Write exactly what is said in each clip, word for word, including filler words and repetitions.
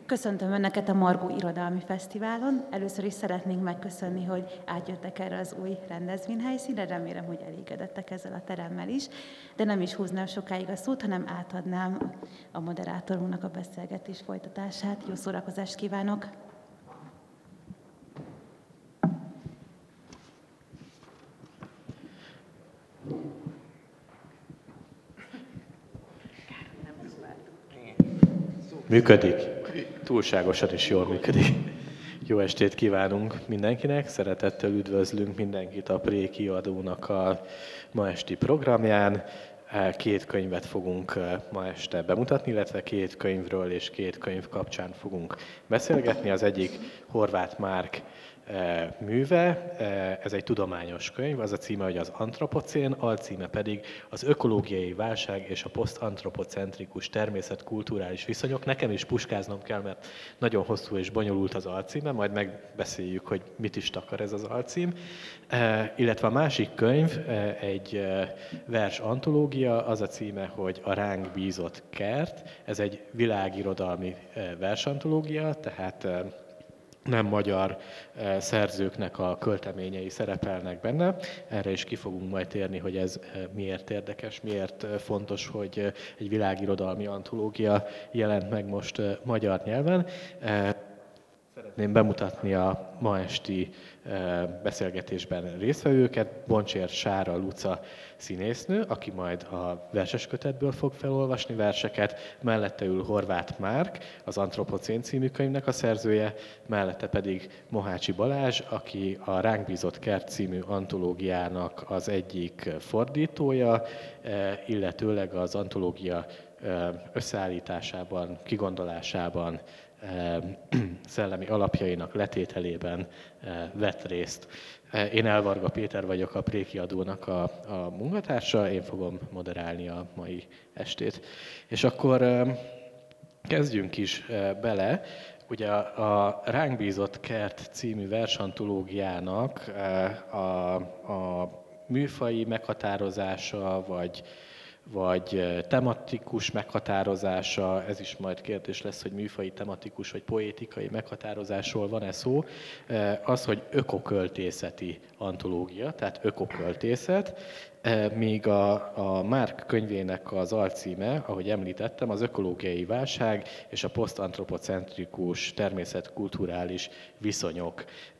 Köszöntöm Önöket a Margó Irodalmi Fesztiválon. Először is szeretnénk megköszönni, hogy átjöttek erre az új rendezvényhelyszínre. Remélem, hogy elégedettek ezzel a teremmel is. De nem is húznám sokáig a szót, hanem átadnám a moderátorunknak a beszélgetés folytatását. Jó szórakozást kívánok! Működik. Túlságosan is jól működik. Jó estét kívánunk mindenkinek, szeretettel üdvözlünk mindenkit a Pré kiadónak a ma esti programján. Két könyvet fogunk ma este bemutatni, illetve két könyvről és két könyv kapcsán fogunk beszélgetni. Az egyik Horváth Márk műve, ez egy tudományos könyv, az a címe, hogy az Antropocén, alcíme pedig az ökológiai válság és a posztantropocentrikus természetkulturális viszonyok. Nekem is puskáznom kell, mert nagyon hosszú és bonyolult az alcíme, majd megbeszéljük, hogy mit is takar ez az alcím. Illetve a másik könyv egy vers antológia, az a címe, hogy a ránk bízott kert. Ez egy világirodalmi versantológia, tehát nem magyar szerzőknek a költeményei szerepelnek benne. Erre is ki fogunk majd térni, hogy ez miért érdekes, miért fontos, hogy egy világirodalmi antológia jelent meg most magyar nyelven. Szeretném bemutatni a ma esti beszélgetésben résztvevőket. Boncsér Sára Luca színésznő, aki majd a verses kötetből fog felolvasni verseket, mellette ül Horváth Márk, az Antropocén című könyvnek a szerzője, mellette pedig Mohácsi Balázs, aki a Ránk bízott kert című antológiának az egyik fordítója, illetőleg az antológia összeállításában, kigondolásában, szellemi alapjainak letételében vett részt. Én Elvarga Péter vagyok, a Pré kiadónak a, a munkatársa, én fogom moderálni a mai estét. És akkor kezdjünk is bele. Ugye a, a Ránk bízott kert című versantológiának a, a műfaji meghatározása, vagy vagy tematikus meghatározása, ez is majd kérdés lesz, hogy műfaji, tematikus vagy poétikai meghatározásról van-e szó, az, hogy ökoköltészeti antológia, tehát ökoköltészet, míg a, a Márk könyvének az alcíme, ahogy említettem, az ökológiai válság és a posztantropocentrikus természetkulturális viszonyok.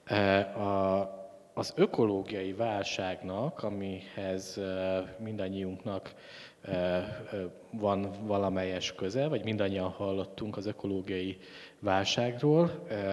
A, Az ökológiai válságnak, amihez mindannyiunknak van valamelyes köze, vagy mindannyian hallottunk az ökológiai válságról,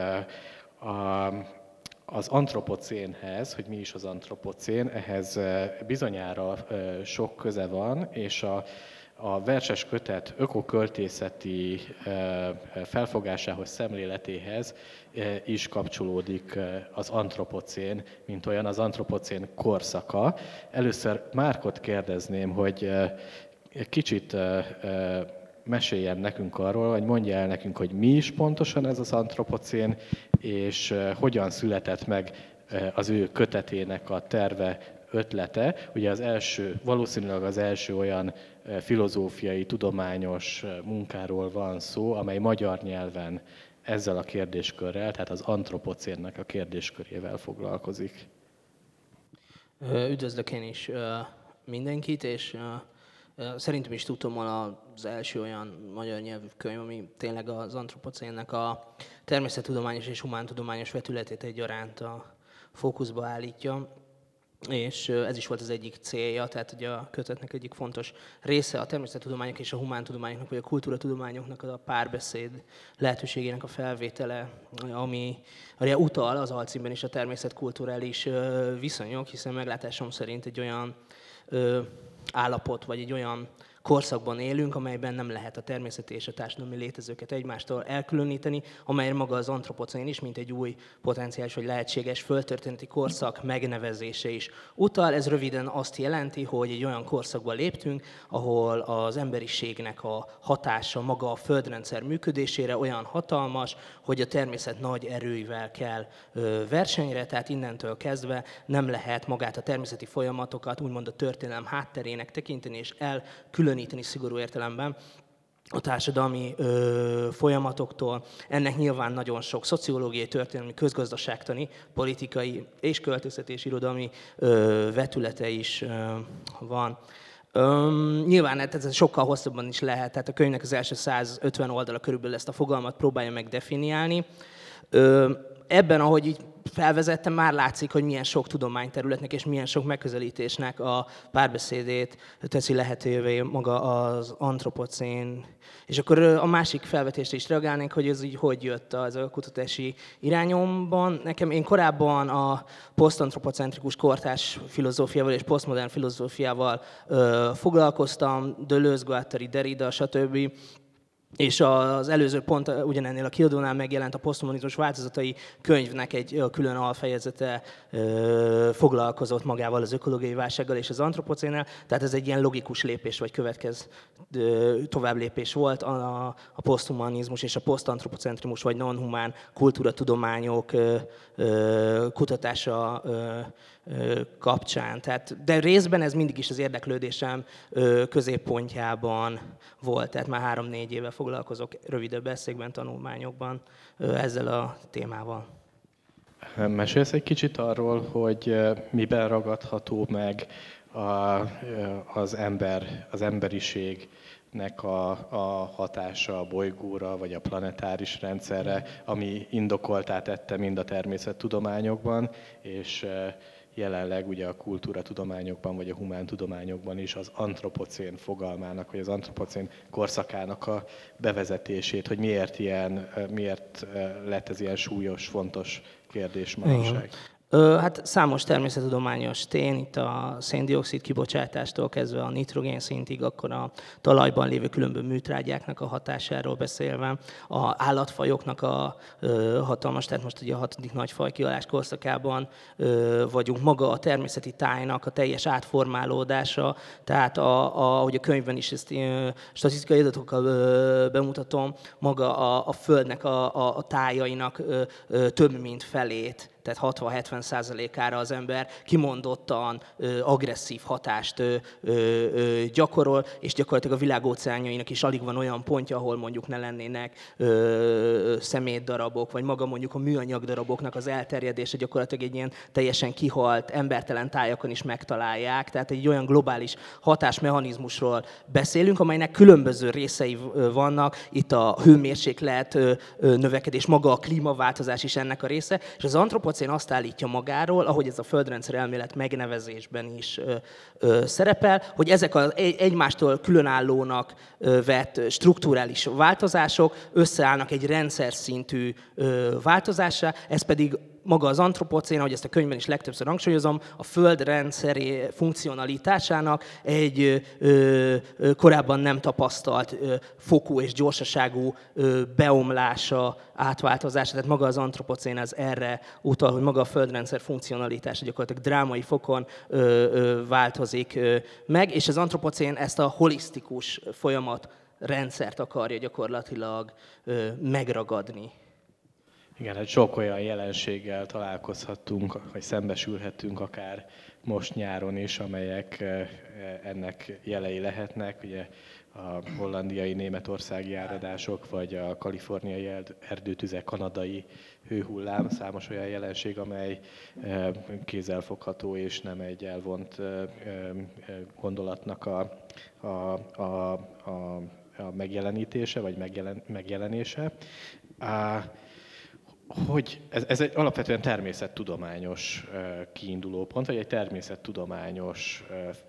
az antropocénhez, hogy mi is az antropocén, ehhez bizonyára sok köze van, és a A verses kötet ökoköltészeti felfogásához, szemléletéhez is kapcsolódik az antropocén, mint olyan az antropocén korszaka. Először Márkot kérdezném, hogy kicsit meséljen nekünk arról, vagy mondja el nekünk, hogy mi is pontosan ez az antropocén, és hogyan született meg az ő kötetének a terve, ötlete. Ugye az első, valószínűleg az első olyan filozófiai, tudományos munkáról van szó, amely magyar nyelven ezzel a kérdéskörrel, tehát az antropocénnek a kérdéskörével foglalkozik. Üdvözlök én is mindenkit, és szerintem is tudom, az első olyan magyar nyelvű könyv, ami tényleg az antropocénnek a természettudományos és humántudományos vetületét egyaránt a fókuszba állítja. És ez is volt az egyik célja, tehát ugye a kötetnek egyik fontos része a természettudományok és a humántudományoknak, vagy a kultúratudományoknak a párbeszéd lehetőségének a felvétele, ami ugye utal az alcímben is a természetkulturális viszonyok, hiszen meglátásom szerint egy olyan állapot, vagy egy olyan korszakban élünk, amelyben nem lehet a természeti és a társadalmi létezőket egymástól elkülöníteni, amelyre maga az antropocén is, mint egy új potenciális vagy lehetséges földtörténeti korszak megnevezése is utal. Ez röviden azt jelenti, hogy egy olyan korszakba léptünk, ahol az emberiségnek a hatása maga a földrendszer működésére olyan hatalmas, hogy a természet nagy erőivel kell versenyre, tehát innentől kezdve nem lehet magát a természeti folyamatokat úgymond a történelem hátterének tekinteni és elkülöníteni szigorú értelemben a társadalmi ö, folyamatoktól. Ennek nyilván nagyon sok szociológiai, történelmi, közgazdaságtani, politikai és költészetés irodalmi ö, vetülete is ö, van. Öm, nyilván ez sokkal hosszabban is lehet, tehát a könyvnek az első százötven oldala körülbelül ezt a fogalmat próbálja meg definiálni. Öm, ebben, ahogy így felvezettem, már látszik, hogy milyen sok tudományterületnek és milyen sok megközelítésnek a párbeszédét teszi lehetővé maga az antropocén. És akkor a másik felvetésre is reagálnék, hogy ez így hogy jött az a kutatási irányomban. Nekem én korábban a posztantropocentrikus kortárs filozófiával és posztmodern filozófiával ö, foglalkoztam, Deleuze, Guattari, Derrida, stb. És az előző pont ugyanennél a kiadónál megjelent a poszthumanizmus változatai könyvnek egy külön alfejezete ö, foglalkozott magával az ökológiai válsággal és az antropocénnel, tehát ez egy ilyen logikus lépés vagy következ tovább lépés volt a, a poszthumanizmus és a posztantropocentrizmus vagy non-humán kultúratudományok ö, ö, kutatása ö, ö, kapcsán. Tehát, de részben ez mindig is az érdeklődésem ö, középpontjában volt, tehát már három-négy éve foglalkozok rövidebb eszékben, tanulmányokban ezzel a témával. Mesélsz egy kicsit arról, hogy miben ragadható meg a, az ember, az emberiségnek a, a hatása a bolygóra, vagy a planetáris rendszerre, ami indokoltá tette mind a természettudományokban, és jelenleg ugye a kultúratudományokban vagy a humántudományokban is az antropocén fogalmának, vagy az antropocén korszakának a bevezetését, hogy miért, ilyen, miért lett ez ilyen súlyos, fontos kérdés manapság. Hát számos természettudományos tény, itt a széndioxid kibocsátástól kezdve a nitrogén szintig, akkor a talajban lévő különböző műtrágyáknak a hatásáról beszélve, a állatfajoknak a ö, hatalmas, tehát most ugye a hatodik nagyfaj kihalás korszakában ö, vagyunk, maga a természeti tájnak a teljes átformálódása, tehát a, a, ahogy a könyvben is ezt ö, statisztikai adatokkal ö, bemutatom, maga a, a Földnek a, a, a tájainak ö, ö, több mint felét, tehát hatvan-hetven százalékára az ember kimondottan ö, agresszív hatást ö, ö, gyakorol, és gyakorlatilag a világ óceánjainak is alig van olyan pontja, ahol mondjuk ne lennének ö, szemétdarabok, vagy maga mondjuk a műanyag daraboknak az elterjedése gyakorlatilag egy ilyen teljesen kihalt, embertelen tájakon is megtalálják. Tehát egy olyan globális hatásmechanizmusról beszélünk, amelynek különböző részei vannak. Itt a hőmérséklet növekedés, maga a klímaváltozás is ennek a része, és az antropocén azt állítja magáról, ahogy ez a földrendszer elmélet megnevezésben is ö, ö, szerepel, hogy ezek az egymástól különállónak ö, vett strukturális változások összeállnak egy rendszer szintű ö, változássá, ez pedig maga az antropocén, ahogy ezt a könyvben is legtöbbször hangsúlyozom, a Föld rendszeri funkcionalitásának egy ö, ö, korábban nem tapasztalt ö, fokú és gyorsaságú ö, beomlása, átváltozása, tehát maga az antropocén az erre utal, hogy maga a Földrendszer funkcionalitása gyakorlatilag drámai fokon ö, ö, változik ö, meg, és az antropocén ezt a holisztikus folyamat rendszert akarja gyakorlatilag ö, megragadni. Igen, hát sok olyan jelenséggel találkozhattunk, vagy szembesülhetünk akár most nyáron is, amelyek ennek jelei lehetnek. Ugye a hollandiai, németországi áradások, vagy a kaliforniai erdőtüzek, kanadai hőhullám, számos olyan jelenség, amely kézzelfogható és nem egy elvont gondolatnak a, a, a, a, a megjelenítése, vagy megjelen, megjelenése. Hogy ez, ez egy alapvetően természettudományos kiinduló pont, vagy egy természettudományos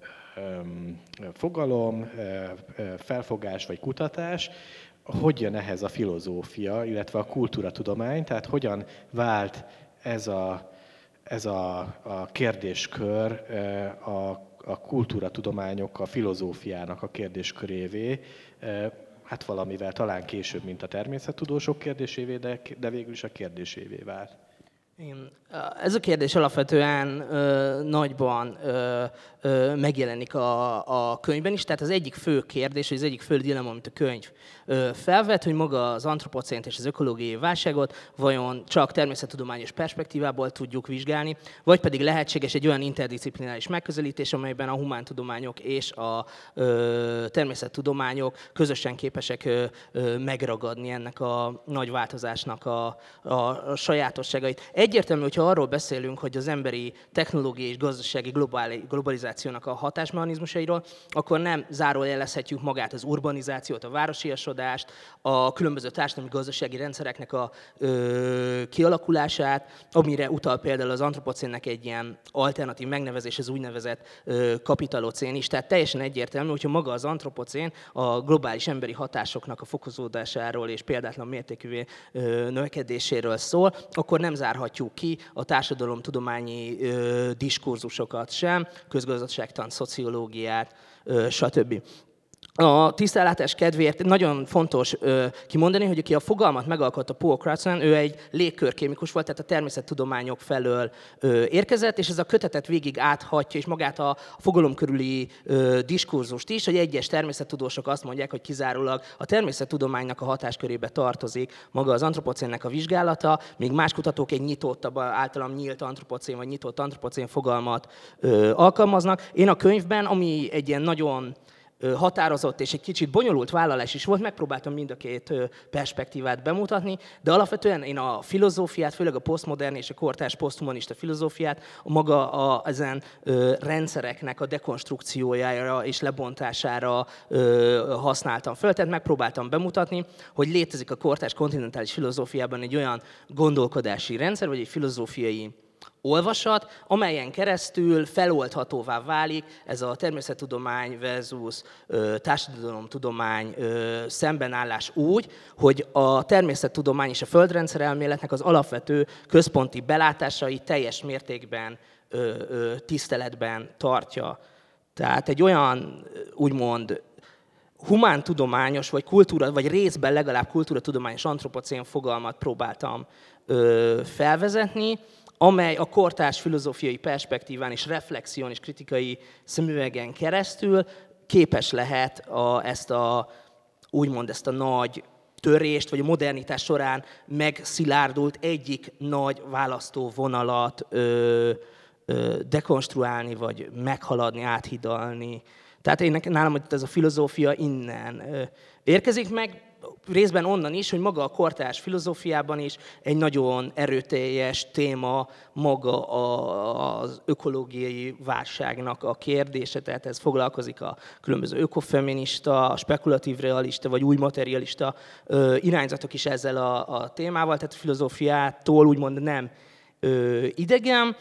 fogalom, felfogás vagy kutatás. Hogy jön ehhez a filozófia, illetve a kultúratudomány, tehát hogyan vált ez a, ez a, a kérdéskör a, a kultúratudományok, a filozófiának a kérdéskörévé, hát valamivel talán később, mint a természettudósok kérdésévé, de, de végül is a kérdésévé vált. Igen. Ez a kérdés alapvetően ö, nagyban ö, ö, megjelenik a, a könyvben is, tehát az egyik fő kérdés, vagy az egyik fő dilemma, amit a könyv ö, felvet, hogy maga az antropocént és az ökológiai válságot vajon csak természettudományos perspektívából tudjuk vizsgálni, vagy pedig lehetséges egy olyan interdisziplináris megközelítés, amelyben a humántudományok és a ö, természettudományok közösen képesek ö, ö, megragadni ennek a nagy változásnak a, a, a sajátosságait. Egyértelmű, hogyha arról beszélünk, hogy az emberi technológiai és gazdasági globalizációnak a hatásmechanizmusairól, akkor nem zárójelezhetjük magát az urbanizációt, a városiasodást, a különböző társadalmi gazdasági rendszereknek a ö, kialakulását, amire utal például az antropocénnek egy ilyen alternatív megnevezés, az úgynevezett ö, kapitalocén is. Tehát teljesen egyértelmű, hogyha maga az antropocén a globális emberi hatásoknak a fokozódásáról és példátlan mértékű ö, növekedéséről szól, akkor nem zárhatjuk ki a társadalomtudományi ö, diskurzusokat sem, közgazdaságtan, szociológiát, ö, stb. A tisztánlátás kedvéért nagyon fontos ö, kimondani, hogy aki a fogalmat megalkotta, Paul Crutzen, ő egy légkörkémikus volt, tehát a természettudományok felől ö, érkezett, és ez a kötetet végig áthatja, és magát a fogalom körüli ö, diskurzust is, hogy egyes természettudósok azt mondják, hogy kizárólag a természettudománynak a hatáskörébe tartozik maga az antropocénnek a vizsgálata, míg más kutatók egy nyitottabb, általam nyílt antropocén vagy nyitott antropocén fogalmat ö, alkalmaznak. Én a könyvben, ami egy ilyen nagyon határozott és egy kicsit bonyolult vállalás is volt, megpróbáltam mind a két perspektívát bemutatni, de alapvetően én a filozófiát, főleg a posztmodern és a kortárs poszthumanista filozófiát, a maga a, ezen ö, rendszereknek a dekonstrukciójára és lebontására ö, használtam föl, tehát megpróbáltam bemutatni, hogy létezik a kortárs kontinentális filozófiában egy olyan gondolkodási rendszer, vagy egy filozófiai olvasat, amelyen keresztül feloldhatóvá válik ez a természettudomány versus ö, társadalomtudomány ö, szembenállás úgy, hogy a természettudomány és a földrendszer elméletnek az alapvető központi belátásai teljes mértékben ö, ö, tiszteletben tartja. Tehát egy olyan úgymond humántudományos, vagy kultúra, vagy részben legalább kultúratudományos antropocén fogalmat próbáltam ö, felvezetni, amely a kortárs filozófiai perspektíván és reflexión és kritikai szemüvegen keresztül képes lehet a, ezt a, úgymond ezt a nagy törést, vagy a modernitás során megszilárdult egyik nagy választóvonalat ö, ö, dekonstruálni, vagy meghaladni, áthidalni. Tehát én, nálam hogy ez a filozófia innen ö, érkezik meg, részben onnan is, hogy maga a kortárs filozófiában is egy nagyon erőteljes téma maga az ökológiai válságnak a kérdése, tehát ez foglalkozik a különböző ökofeminista, spekulatív realista vagy új materialista ö, irányzatok is ezzel a, a témával, tehát a filozófiától úgymond nem ö, idegen,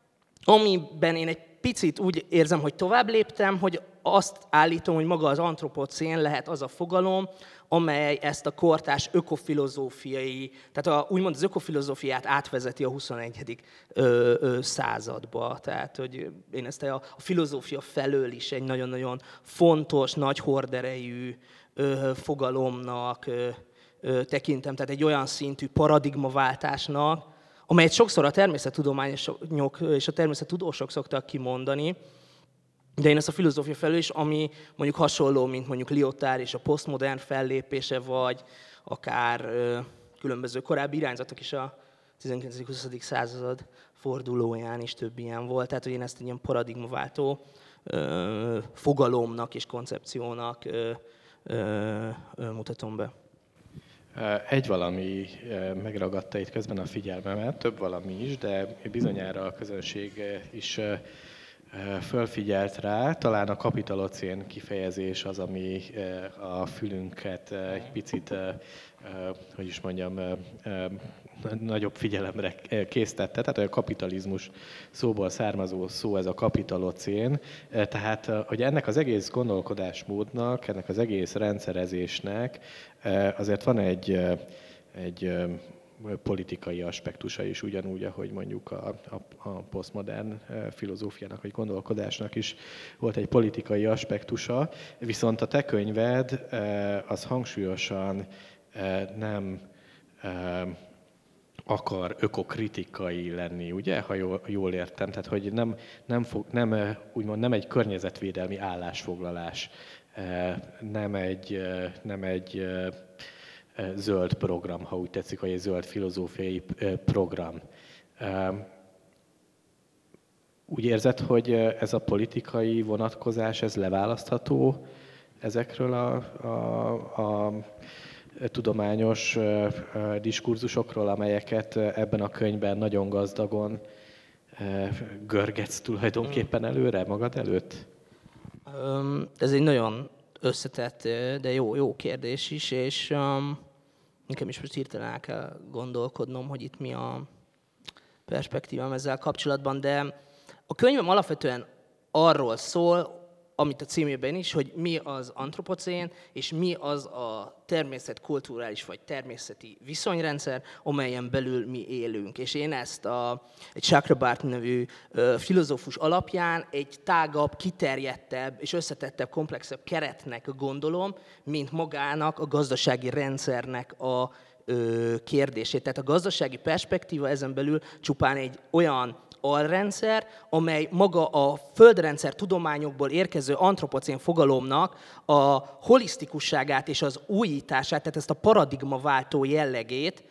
amiben én egy picit úgy érzem, hogy tovább léptem, hogy azt állítom, hogy maga az antropocén lehet az a fogalom, amely ezt a kortárs ökofilozófiai, tehát a, úgymond az ökofilozófiát átvezeti a huszonegyedik Ö, ö, századba. Tehát, hogy én ezt a, a filozófia felől is egy nagyon-nagyon fontos, nagy horderejű ö, fogalomnak ö, ö, tekintem, tehát egy olyan szintű paradigmaváltásnak, amelyet sokszor a természettudományosok és a természettudósok szoktak kimondani, de én ezt a filozófia felől is, ami mondjuk hasonló, mint mondjuk Lyotard és a posztmodern fellépése, vagy akár ö, különböző korábbi irányzatok is a tizenkilencedik-huszadik század fordulóján is több ilyen volt. Tehát, hogy én ezt egy ilyen paradigmaváltó ö, fogalomnak és koncepciónak ö, ö, ö, mutatom be. Egy valami megragadta itt közben a figyelmemet, több valami is, de bizonyára a közönség is fölfigyelt rá. Talán a kapitalocén kifejezés az, ami a fülünket egy picit, hogy is mondjam, nagyobb figyelemre késztette. Tehát a kapitalizmus szóból származó szó ez a kapitalocén. Tehát, hogy ennek az egész gondolkodásmódnak, ennek az egész rendszerezésnek azért van egy, egy politikai aspektusa is, ugyanúgy, ahogy mondjuk a, a, a posztmodern filozófiának vagy gondolkodásnak is volt egy politikai aspektusa, viszont a te könyved az hangsúlyosan nem akar ökokritikai lenni, ugye, ha jól, jól értem. Tehát, hogy nem, nem, fog, nem, úgymond nem egy környezetvédelmi állásfoglalás, nem egy, nem egy zöld program, ha úgy tetszik, vagy egy zöld filozófiai program. Úgy érzed, hogy ez a politikai vonatkozás, ez leválasztható ezekről a, a, a tudományos diskurzusokról, amelyeket ebben a könyvben nagyon gazdagon görgetsz tulajdonképpen előre, magad előtt? Ez egy nagyon összetett, de jó, jó kérdés is, és um, nekem is most hirtelen el kell gondolkodnom, hogy itt mi a perspektívám ezzel kapcsolatban, de a könyvem alapvetően arról szól, amit a címében is, hogy mi az antropocén, és mi az a természetkulturális vagy természeti viszonyrendszer, amelyen belül mi élünk. És én ezt a, egy Chakrabarty nevű ö, filozófus alapján egy tágabb, kiterjedtebb és összetettebb, komplexebb keretnek gondolom, mint magának a gazdasági rendszernek a ö, kérdését. Tehát a gazdasági perspektíva ezen belül csupán egy olyan alrendszer, amely maga a földrendszer tudományokból érkező antropocén fogalomnak a holisztikusságát és az újítását, tehát ezt a paradigmaváltó jellegét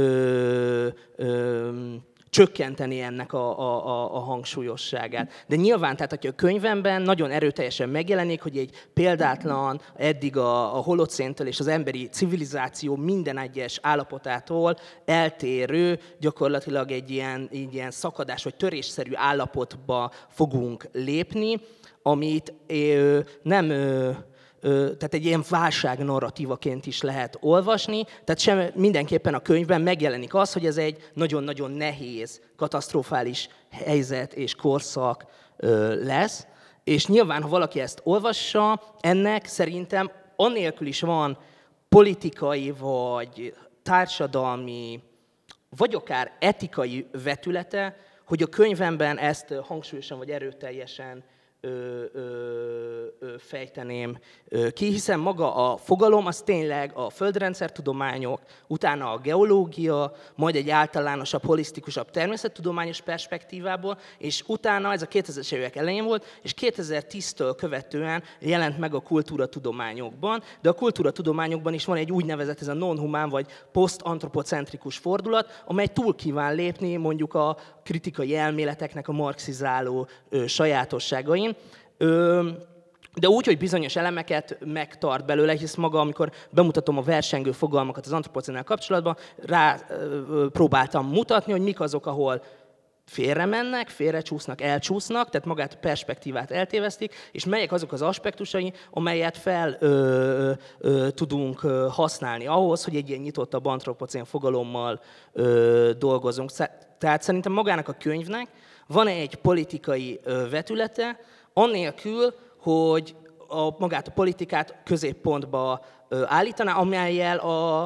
ö, ö, csökkenteni ennek a, a, a, a hangsúlyosságát. De nyilván, tehát hogy a könyvemben nagyon erőteljesen megjelenik, hogy egy példátlan, eddig a, a holocéntől és az emberi civilizáció minden egyes állapotától eltérő, gyakorlatilag egy ilyen, egy ilyen szakadás vagy törésszerű állapotba fogunk lépni, amit ö, nem... Ö, tehát egy ilyen válság narratívaként is lehet olvasni, tehát sem, mindenképpen a könyvben megjelenik az, hogy ez egy nagyon-nagyon nehéz, katasztrofális helyzet és korszak lesz, és nyilván, ha valaki ezt olvassa, ennek szerintem annélkül is van politikai, vagy társadalmi, vagy akár etikai vetülete, hogy a könyvemben ezt hangsúlyosan vagy erőteljesen Ö, ö, ö, fejteném ö, ki, hiszen maga a fogalom az tényleg a földrendszertudományok, utána a geológia, majd egy általánosabb, holisztikusabb természettudományos perspektívából, és utána, ez a kétezres évek elején volt, és kétezer-tíztől követően jelent meg a kultúratudományokban, de a kultúratudományokban is van egy úgynevezett ez a non-humán vagy post-antropocentrikus fordulat, amely túl kíván lépni mondjuk a kritikai elméleteknek a marxizáló ö, sajátosságain. Ö, de úgy, hogy bizonyos elemeket megtart belőle, hisz maga, amikor bemutatom a versengő fogalmakat az antropocénnel kapcsolatban, rá ö, próbáltam mutatni, hogy mik azok, ahol félre mennek, félrecsúsznak, elcsúsznak, tehát magát a perspektívát eltévesztik, és melyek azok az aspektusai, amelyet fel ö, ö, tudunk ö, használni ahhoz, hogy egy ilyen nyitottabb antropocén fogalommal ö, dolgozunk. Tehát szerintem magának a könyvnek van egy politikai ö, vetülete, annélkül, hogy a, magát a politikát középpontba ö, állítaná, amellyel a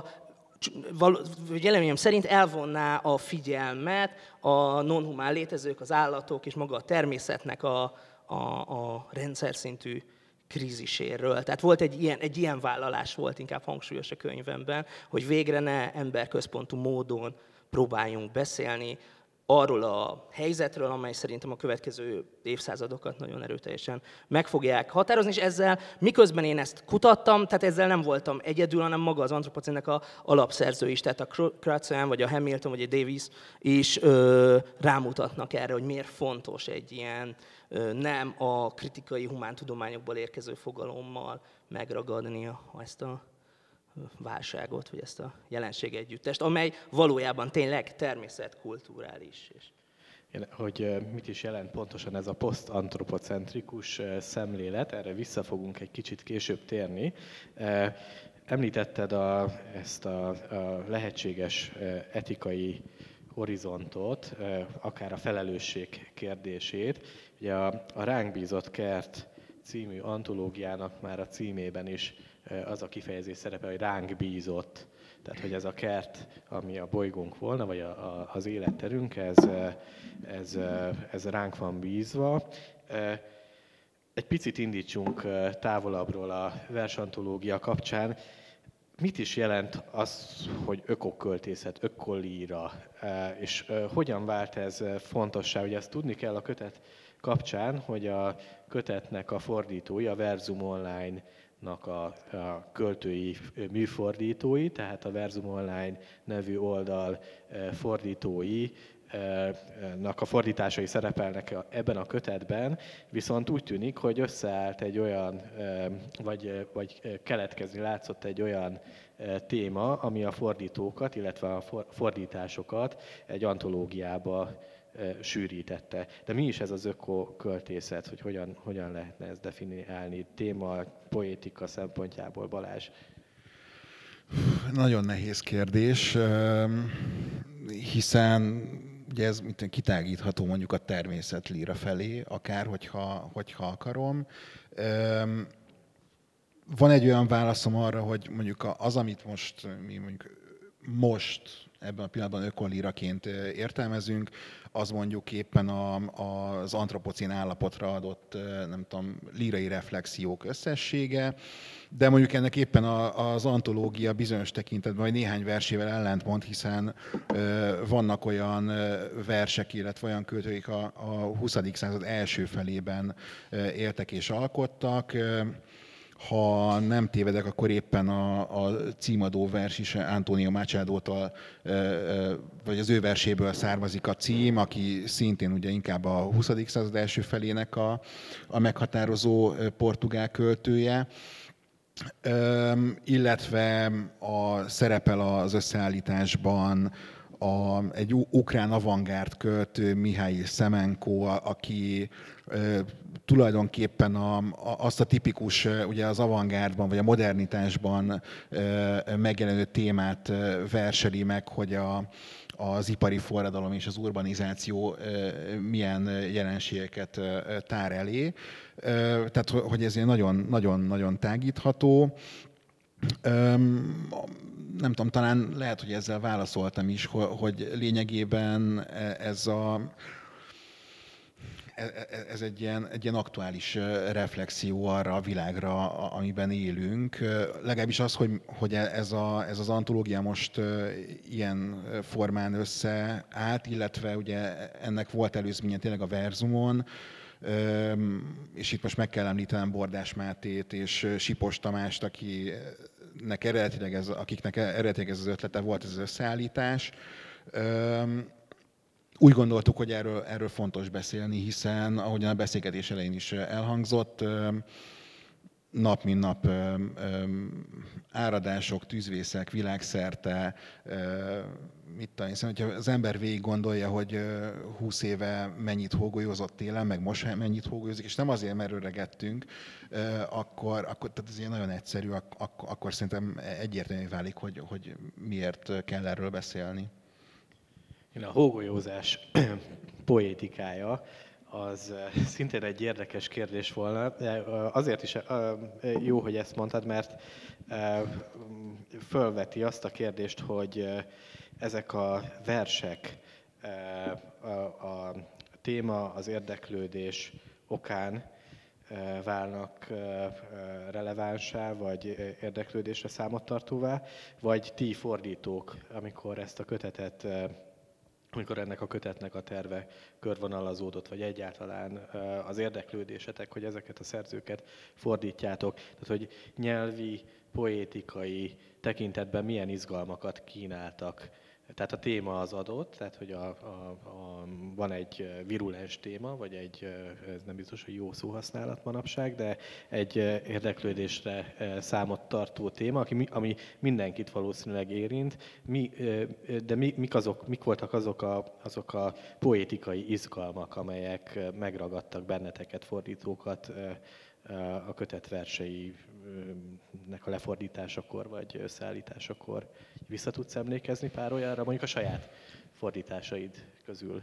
véleményem szerint elvonná a figyelmet a non-humán létezők, az állatok és maga a természetnek a, a, a rendszer szintű kríziséről. Tehát volt egy ilyen, egy ilyen vállalás volt inkább hangsúlyos a könyvemben, hogy végre ne emberközpontú módon próbáljunk beszélni arról a helyzetről, amely szerintem a következő évszázadokat nagyon erőteljesen meg fogják határozni, és ezzel, miközben én ezt kutattam, tehát ezzel nem voltam egyedül, hanem maga az antropocénnek a alapszerző is, tehát a Crutzen, vagy a Hamilton, vagy a Davis is ö, rámutatnak erre, hogy miért fontos egy ilyen ö, nem a kritikai humántudományokból érkező fogalommal megragadni ezt a válságot, vagy ezt a jelenségegyüttest, amely valójában tényleg természetkulturális. Hogy mit is jelent pontosan ez a posztantropocentrikus szemlélet, erre vissza fogunk egy kicsit később térni. Említetted a, ezt a, a lehetséges etikai horizontot, akár a felelősség kérdését. Ugye a, a Ránk bízott kert című antológiának már a címében is az a kifejezés szerepel, hogy ránk bízott. Tehát, hogy ez a kert, ami a bolygónk volna, vagy a, a, az életterünk, ez, ez, ez ránk van bízva. Egy picit indítsunk távolabbról a versantológia kapcsán. mit is jelent az, hogy ökoköltészet, ökolíra, és hogyan vált ez fontossá? Ugye ezt tudni kell a kötet kapcsán, hogy a kötetnek a fordítói, a Verzum Online-nak a, a költői műfordítói, tehát a Verzum Online nevű oldal fordítói, nak a fordításai szerepelnek ebben a kötetben, viszont úgy tűnik, hogy összeállt egy olyan, vagy, vagy keletkezni látszott egy olyan téma, ami a fordítókat, illetve a fordításokat egy antológiába sűrítette. De mi is ez az ökoköltészet, hogy hogyan, hogyan lehetne ezt definiálni téma, poétika szempontjából, Balázs? Nagyon nehéz kérdés, hiszen ugye ez kitágítható mondjuk a természetlíra felé, akár hogyha, hogyha akarom. Van egy olyan válaszom arra, hogy mondjuk az, amit most mi mondjuk most ebben a pillanatban ökolíraként értelmezünk, az mondjuk éppen a, az antropocén állapotra adott, nem tudom, lírai reflexiók összessége, de mondjuk ennek éppen a, az antológia bizonyos tekintetben, vagy néhány versével ellentmond, hiszen vannak olyan versek, illetve olyan költőik a, a huszadik század első felében éltek és alkottak. Ha nem tévedek, akkor éppen a, a címadó vers is Antonio Machado-tól, vagy az ő verséből származik a cím, aki szintén ugye inkább a huszadik század első felének a, a meghatározó portugál költője. Üm, illetve a, szerepel az összeállításban a, egy ukrán avantgárd költő, Mihály Szemenko, aki ö, tulajdonképpen a, a, azt a tipikus, ugye az avantgárdban vagy a modernitásban ö, megjelenő témát ö, verseli meg, hogy a, az ipari forradalom és az urbanizáció ö, milyen jelenségeket ö, tár elé. Ö, tehát, hogy ez nagyon-nagyon tágítható. Öm, nem tudom, talán lehet, hogy ezzel válaszoltam is, hogy lényegében ez a ez egy ilyen, egy ilyen aktuális reflexió arra a világra, amiben élünk. Legalábbis az, hogy, hogy ez, a, ez az antológia most ilyen formán összeállt, illetve ugye ennek volt előzménye tényleg a Verzumon, és itt most meg kell említenem Bordás Mátét és Sipos Tamást, akinek eredetileg ez, akiknek eredetileg ez az ötlete volt, ez az összeállítás. Úgy gondoltuk, hogy erről, erről fontos beszélni, hiszen ahogyan a beszélgetés elején is elhangzott, nap mint nap áradások, tűzvészek világszerte, mit tudom, hiszen, hogyha az ember végig gondolja, hogy húsz éve mennyit hógolyózott télen, meg most mennyit hógolyózik, és nem azért, mert öregettünk, akkor, akkor tehát ez ilyen nagyon egyszerű, akkor, akkor szerintem egyértelmű válik, hogy, hogy miért kell erről beszélni. A hógolyózás poétikája az szintén egy érdekes kérdés volna. Azért is jó, hogy ezt mondtad, mert fölveti azt a kérdést, hogy ezek a versek a téma, az érdeklődés okán válnak relevánsá, vagy érdeklődésre számottartóvá, vagy ti fordítók, amikor ezt a kötetet amikor ennek a kötetnek a terve körvonalazódott, vagy egyáltalán az érdeklődésetek, hogy ezeket a szerzőket fordítjátok. Tehát, hogy nyelvi, poétikai tekintetben milyen izgalmakat kínáltak. Tehát a téma az adott, tehát hogy a, a, a, van egy virulens téma, vagy egy, ez nem biztos, hogy jó szóhasználat manapság, de egy érdeklődésre számot tartó téma, ami, ami mindenkit valószínűleg érint. Mi, de mi, mik, azok, mik voltak azok a, azok a poétikai izgalmak, amelyek megragadtak benneteket, fordítókat a kötet verseinek a lefordításakor, vagy összeállításakor? Vissza tudsz emlékezni pár olyanra, mondjuk a saját fordításaid közül?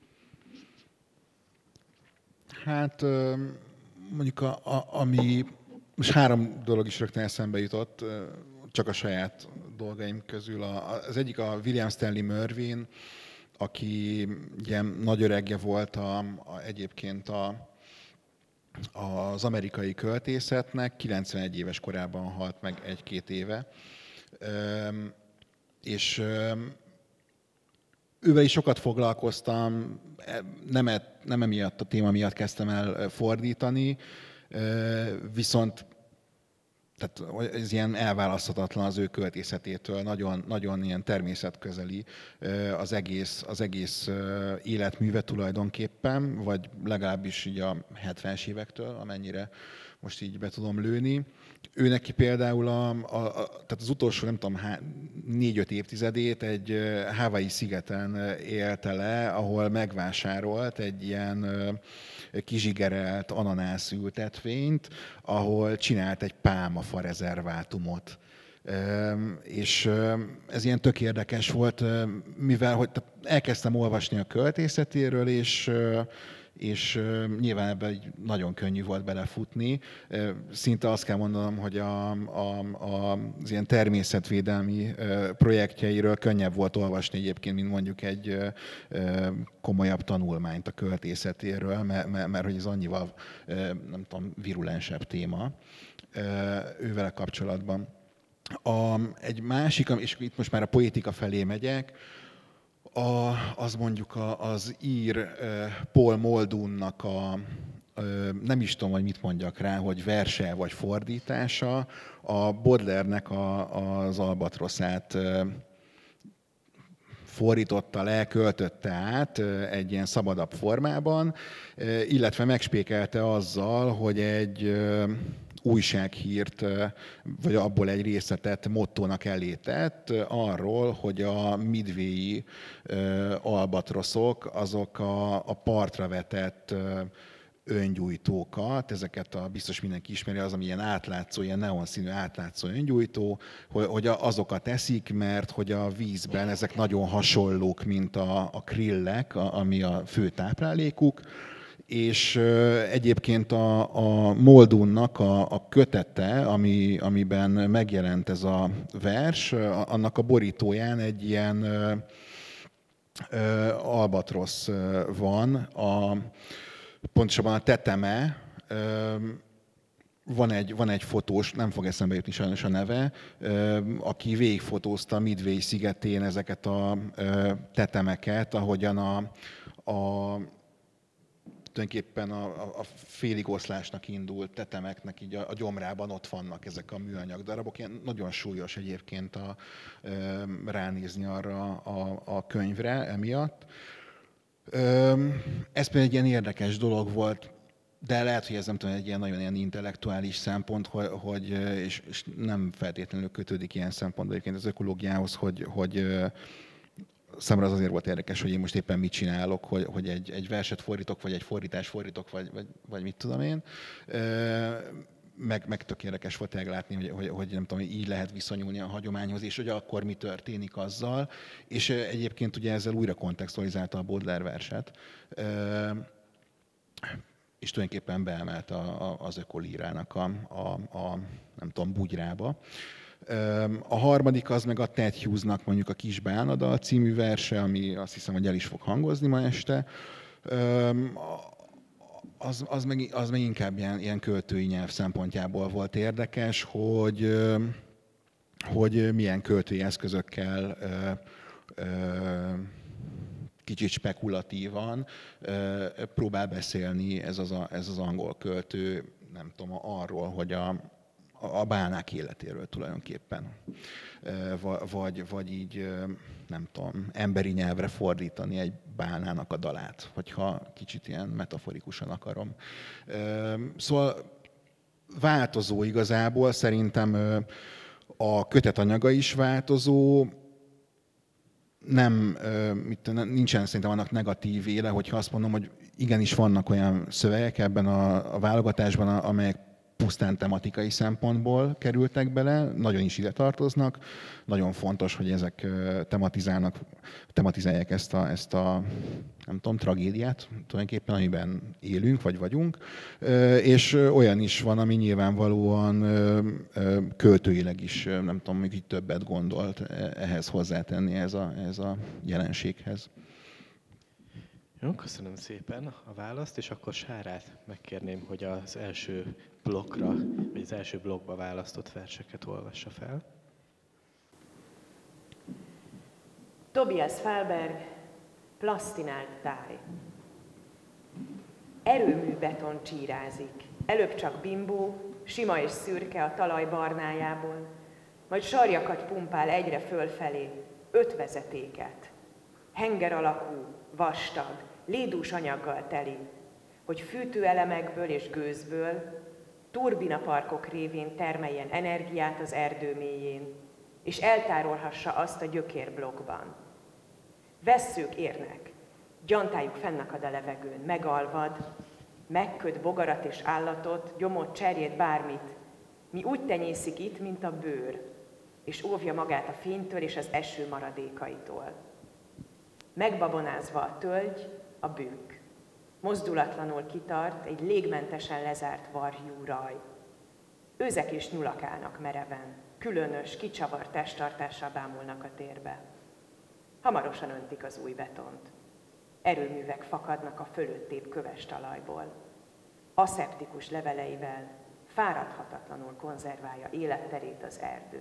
Hát mondjuk a, a, ami, most három dolog is rögtön eszembe jutott, csak a saját dolgaim közül. Az egyik a William Stanley Mervyn, aki ilyen nagy öregje volt a, a, egyébként a az amerikai költészetnek, kilencvenegy éves korában halt meg egy-két éve. És ővel is sokat foglalkoztam, nem, e, nem emiatt a téma miatt kezdtem el fordítani, viszont tehát ez ilyen elválaszthatatlan az ő költészetétől, nagyon, nagyon ilyen természetközeli az egész, az egész életműve tulajdonképpen, vagy legalábbis így a hetvenes évektől, amennyire most így be tudom lőni. Ő neki például a, a, a, tehát az utolsó, nem tudom, négy-öt évtizedét egy Hawaii szigeten élte le, ahol megvásárolt egy ilyen kizsigerelt ananász ültetvényt, ahol csinált egy pálmafa rezervátumot. És ez ilyen tök érdekes volt, mivel hogy elkezdtem olvasni a költészetéről, és és nyilván ebben nagyon könnyű volt belefutni. Szinte azt kell mondanom, hogy a, a, a, az ilyen természetvédelmi projektjeiről könnyebb volt olvasni egyébként, mint mondjuk egy komolyabb tanulmányt a költészetéről, mert, mert, mert hogy ez annyival, nem tudom, virulensebb téma ővele kapcsolatban. A, egy másik, és itt most már a poétika felé megyek, A, az mondjuk a, az ír Paul Muldoonnak a, nem is tudom, hogy mit mondjak rá, hogy verse vagy fordítása, a Baudelaire-nek a, az Albatroszát fordította le, költötte át egy ilyen szabadabb formában, illetve megspékelte azzal, hogy egy újsághírt, vagy abból egy részletet mottónak elé tett arról, hogy a midway-i albatroszok azok a, a partra vetett öngyújtókat, ezeket a, biztos mindenki ismeri, az, ami ilyen átlátszó, ilyen neonszínű átlátszó öngyújtó, hogy, hogy azokat eszik, mert hogy a vízben ezek nagyon hasonlók, mint a, a krillek, ami a fő táplálékuk, és egyébként a, a Muldoonnak a, a kötete, ami, amiben megjelent ez a vers, annak a borítóján egy ilyen ö, ö, albatrosz van, a, pontosabban a teteme, ö, van egy, van egy fotós, nem fog eszembe jutni sajnos a neve, ö, aki végigfotózta a Midway szigetén ezeket a ö, tetemeket, ahogyan a, a tulajdonképpen a, a, a félig oszlásnak indult tetemeknek így a, a gyomrában ott vannak ezek a műanyag darabok. Ilyen nagyon súlyos egyébként a, e, ránézni arra a, a könyvre emiatt. E, ez például egy ilyen érdekes dolog volt, de lehet, hogy ez nem tudom, egy ilyen nagyon ilyen intellektuális szempont, hogy, hogy és, és nem feltétlenül kötődik ilyen szempontból egyébként az ökológiához, hogy, hogy számomra az azért volt érdekes, hogy én most éppen mit csinálok, hogy, hogy egy, egy verset fordítok, vagy egy fordítás fordítok, vagy, vagy, vagy mit tudom én. Meg, meg tök érdekes volt meglátni, hogy, hogy, hogy nem tudom, így lehet viszonyulni a hagyományhoz, és hogy akkor mi történik azzal. És egyébként ugye ezzel újra kontextualizálta a Baudelaire verset, és tulajdonképpen beemelte a, a, az ökolírának a, a, a, nem tudom, bugyrába. A harmadik az meg a Ted Hughesnak mondjuk a Kis Bánada című verse, ami azt hiszem, hogy el is fog hangozni ma este. Az, az, meg, az meg inkább ilyen, ilyen költői nyelv szempontjából volt érdekes, hogy, hogy milyen költői eszközökkel kicsit spekulatívan próbál beszélni ez az, a, ez az angol költő, nem tudom, arról, hogy a a bálnák életéről tulajdonképpen. Vagy, vagy így, nem tudom, emberi nyelvre fordítani egy bálnának a dalát, hogyha kicsit ilyen metaforikusan akarom. Szóval változó igazából, szerintem a kötetanyaga is változó, nem, nincsen szerintem annak negatív éle, hogyha azt mondom, hogy igenis vannak olyan szövegek ebben a, a válogatásban, amelyek pusztán tematikai szempontból kerültek bele, nagyon is ide tartoznak. Nagyon fontos, hogy ezek tematizálnak, tematizálják ezt a, ezt a nem tudom, tragédiát, tulajdonképpen, amiben élünk, vagy vagyunk. És olyan is van, ami nyilvánvalóan költőileg is, nem tudom, még így többet gondolt ehhez hozzátenni, ez a, ez a jelenséghez. Jó, köszönöm szépen a választ, és akkor Sárát megkérném, hogy az első blokkra, vagy az első blokkba választott verseket olvassa fel. Tobias Falberg, plasztinált táj. Erőműbeton csírázik. Előbb csak bimbó, sima és szürke a talaj barnájából, majd sarjakat pumpál egyre fölfelé, öt vezetéket. Henger alakú, vastag, lédús anyaggal teli, hogy fűtőelemekből és gőzből, turbinaparkok révén termeljen energiát az erdő mélyén, és eltárolhassa azt a gyökérblokkban. Vesszők érnek, gyantájuk fennakad a levegőn, megalvad, megköt bogarat és állatot, gyomot, cserjét, bármit, mi úgy tenyészik itt, mint a bőr, és óvja magát a fénytől és az eső maradékaitól. Megbabonázva a tölgy, a bükk. Mozdulatlanul kitart egy légmentesen lezárt varjú raj. Őzek és nyulak állnak mereven, különös, kicsavart testtartással bámulnak a térbe. Hamarosan öntik az új betont. Erőművek fakadnak a fölöttébb köves talajból. Aszeptikus leveleivel fáradhatatlanul konzerválja életterét az erdő.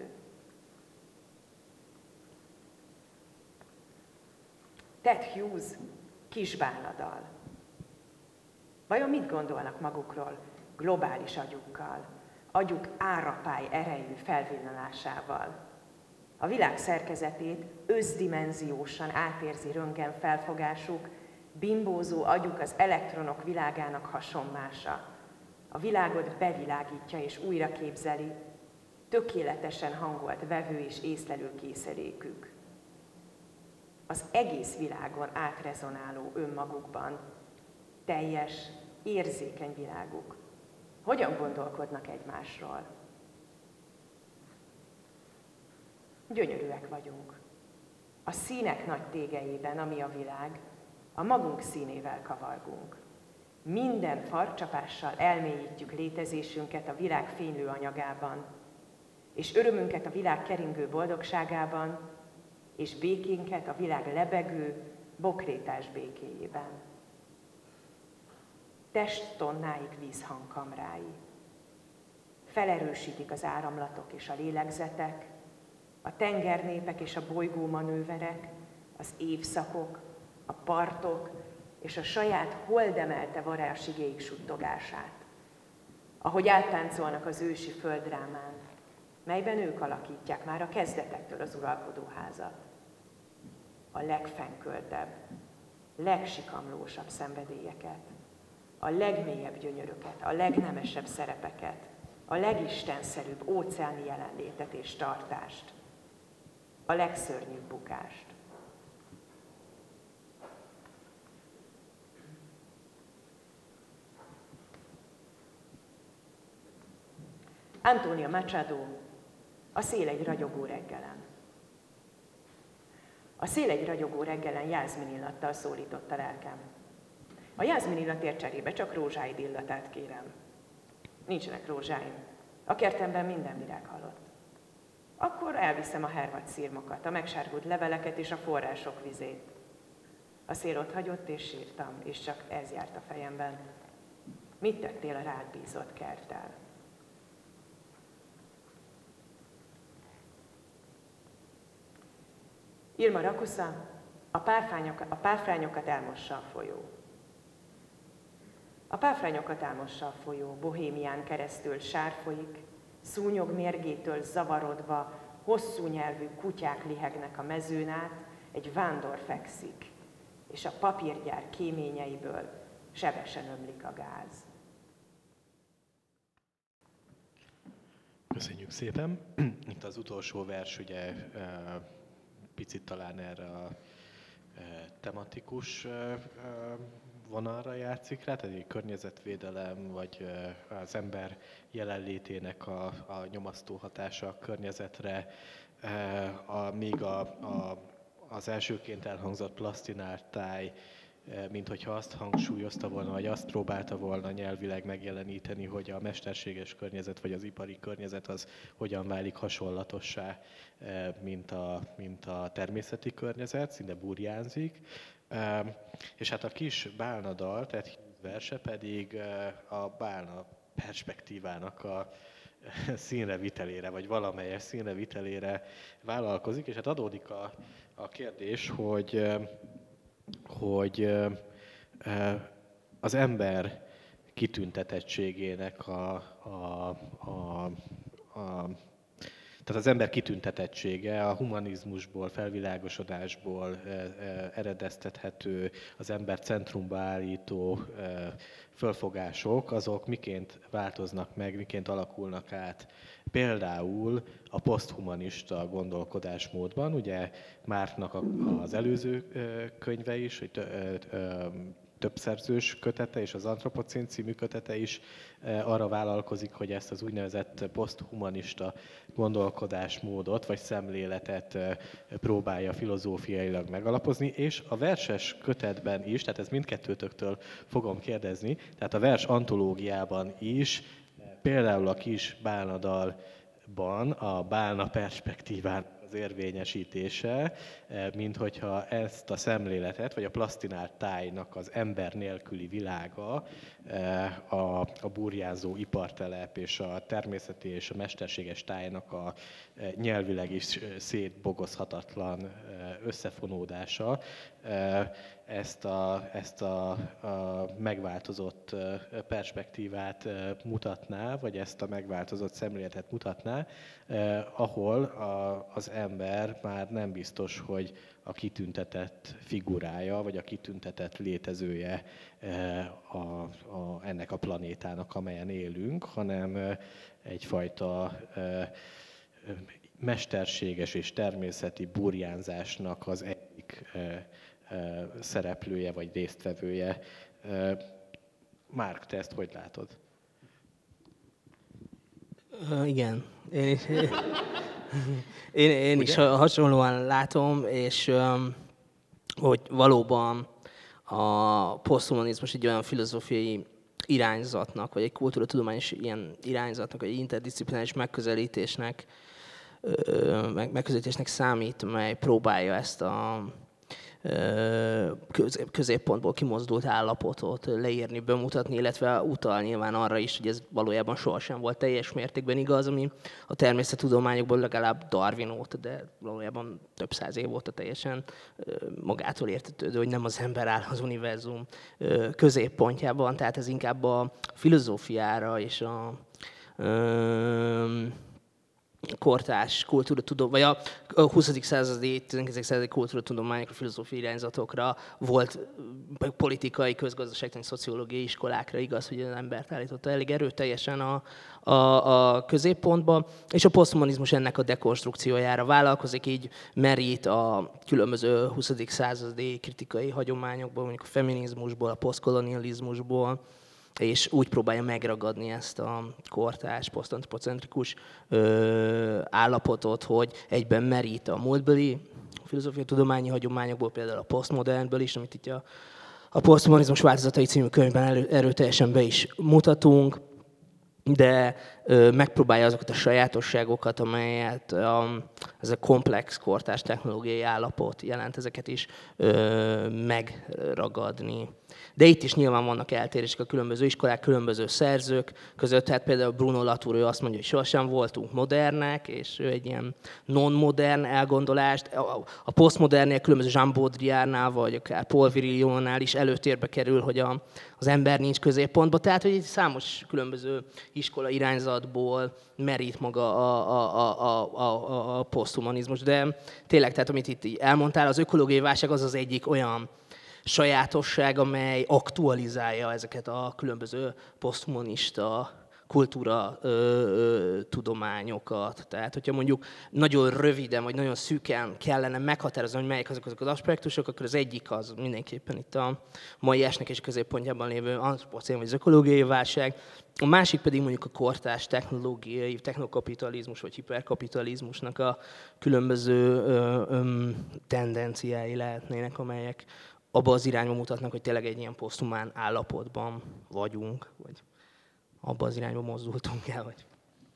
Ted Hughes Kisbánadal. Vajon mit gondolnak magukról globális agyukkal, agyuk árapály erejű felvillanásával? A világ szerkezetét összdimenziósan átérzi röntgen felfogásuk, bimbózó agyuk az elektronok világának hasonmása. A világot bevilágítja és újra képzeli, tökéletesen hangolt vevő és észlelő készülékük. Az egész világon átrezonáló önmagukban, teljes, érzékeny világuk. Hogyan gondolkodnak egymásról? Gyönyörűek vagyunk. A színek nagy tégelyében, ami a világ, a magunk színével kavargunk. Minden farcsapással elmélyítjük létezésünket a világ fénylő anyagában, és örömünket a világ keringő boldogságában, és békénket a világ lebegő, bokrétás békéjében. Testtonnáig vízhangkamrái. Felerősítik az áramlatok és a lélegzetek, a tengernépek és a bolygómanőverek, az évszakok, a partok és a saját holdemelte varázsigéig suttogását. Ahogy áttáncolnak az ősi földrámán, melyben ők alakítják már a kezdetektől az uralkodóházat. A legfenköltebb, legsikamlósabb szenvedélyeket, a legmélyebb gyönyöröket, a legnemesebb szerepeket, a legistenszerűbb óceáni jelenlétet és tartást, a legszörnyűbb bukást. Antonio Machado, a szél egy ragyogó reggelen. A szél egy ragyogó reggelen jázmin illattal szólított a lelkem. A jázmin illatért cserébe csak rózsáid illatát kérem. Nincsenek rózsáim. A kertemben minden virág halott. Akkor elviszem a hervadt szirmokat, a megsárgult leveleket és a források vizét. A szél ott hagyott és sírtam, és csak ez járt a fejemben. Mit tettél a rád bízott kerttel? Irma Rakusa, a, a páfrányokat elmossa a folyó. A páfrányokat elmossa a folyó, Bohémián keresztül sár folyik, szúnyog mérgétől zavarodva, hosszú nyelvű kutyák lihegnek a mezőn át, egy vándor fekszik, és a papírgyár kéményeiből sebesen ömlik a gáz. Köszönjük szépen. Itt az utolsó vers ugye picit talán erre a tematikus vonalra játszik rá, tehát egy környezetvédelem, vagy az ember jelenlétének a, a nyomasztó hatása a környezetre, a, még a, a, az elsőként elhangzott plasztinált táj, mint hogyha azt hangsúlyozta volna, vagy azt próbálta volna nyelvileg megjeleníteni, hogy a mesterséges környezet, vagy az ipari környezet az hogyan válik hasonlatossá, mint a, mint a természeti környezet, szinte burjánzik. És hát a kis bálnadal, tehát verse pedig a bálna perspektívának a színre vitelére, vagy valamelyes színre vitelére vállalkozik, és hát adódik a, a kérdés, hogy, hogy az ember kitüntetettségének a, a, a, a Tehát az ember kitüntetettsége a humanizmusból, felvilágosodásból eredeztethető, az ember centrumba állító fölfogások, azok miként változnak meg, miként alakulnak át. Például a poszthumanista gondolkodásmódban, ugye Márknak az előző könyve is, hogy többszerzős kötete és az Antropocén című kötete is arra vállalkozik, hogy ezt az úgynevezett poszthumanista gondolkodásmódot vagy szemléletet próbálja filozófiailag megalapozni, és a verses kötetben is, tehát ez mindkettőtöktől fogom kérdezni, tehát a vers antológiában is, például a Kis Bálnadalban a bálna perspektíván az érvényesítése, mint hogyha ezt a szemléletet, vagy a plasztinált tájnak az ember nélküli világa, a, a burjánzó ipartelep és a természeti és a mesterséges tájnak a nyelvileg is szétbogozhatatlan összefonódása, ezt a, ezt a, a megváltozott perspektívát mutatná, vagy ezt a megváltozott szemléletet mutatná, ahol a, az ember már nem biztos, hogy a kitüntetett figurája, vagy a kitüntetett létezője a, a, ennek a planétának, amelyen élünk, hanem egyfajta mesterséges és természeti burjánzásnak az egyik szereplője vagy résztvevője. Márk, te ezt hogy látod? Uh, igen, én is, én, én is hasonlóan látom, és um, hogy valóban a poszthumanizmus egy olyan filozófiai irányzatnak, vagy egy kultúratudományos ilyen irányzatnak, vagy egy interdisziplináris megközelítésnek, uh, megközelítésnek számít, mely próbálja ezt a középpontból kimozdult állapotot leírni, bemutatni, illetve utal nyilván arra is, hogy ez valójában sohasem volt teljes mértékben igaz, ami a természettudományokból legalább Darwin óta, de valójában több száz év óta teljesen magától értetődő, hogy nem az ember áll az univerzum középpontjában, tehát ez inkább a filozófiára és a kortárs kultúratudomány, vagy a huszadik századi, tizenkilencedik századi kultúratudományokra, filozófiai irányzatokra volt, politikai, közgazdaságtani, szociológiai iskolákra igaz, hogy az embert állította elég erőteljesen a, a, a középpontba, és a poszthumanizmus ennek a dekonstrukciójára vállalkozik, így merít a különböző huszadik századi kritikai hagyományokból, mondjuk a feminizmusból, a posztkolonializmusból, és úgy próbálja megragadni ezt a kortárs, posztantropocentrikus állapotot, hogy egyben merít a múltbeli filozófiai tudományi hagyományokból, például a posztmodernből is, amit itt a, a Poszthumanizmus változatai című könyvben elő, erőteljesen be is mutatunk, de ö, megpróbálja azokat a sajátosságokat, amelyet a, ez a komplex kortárs technológiai állapot jelent, ezeket is ö, megragadni. De itt is nyilván vannak eltérések a különböző iskolák, különböző szerzők között. Tehát például Bruno Latour, ő azt mondja, hogy sohasem voltunk modernek, és ő egy ilyen non-modern elgondolást. A posztmodernnél, különböző Jean Baudrillardnál, vagy akár Paul Virillonnál is előtérbe kerül, hogy a, az ember nincs középpontban. Tehát, hogy számos különböző iskola irányzatból merít maga a, a, a, a, a, a poszthumanizmus. De tényleg, tehát amit itt elmondtál, az ökológiai válság az az egyik olyan sajátosság, amely aktualizálja ezeket a különböző poszthumanista kultúra ö, ö, tudományokat. Tehát, hogyha mondjuk nagyon röviden, vagy nagyon szűken kellene meghatározni, hogy melyek azok, azok az aspektusok, akkor az egyik az mindenképpen itt a mai esnek és középpontjában lévő antropocén vagy az ökológiai válság. A másik pedig mondjuk a kortárs technológiai, technokapitalizmus vagy hiperkapitalizmusnak a különböző ö, ö, tendenciái lehetnének, amelyek abba az irányba mutatnak, hogy tényleg egy ilyen poszthumán állapotban vagyunk, vagy abba az irányba mozdultunk el. Vagy.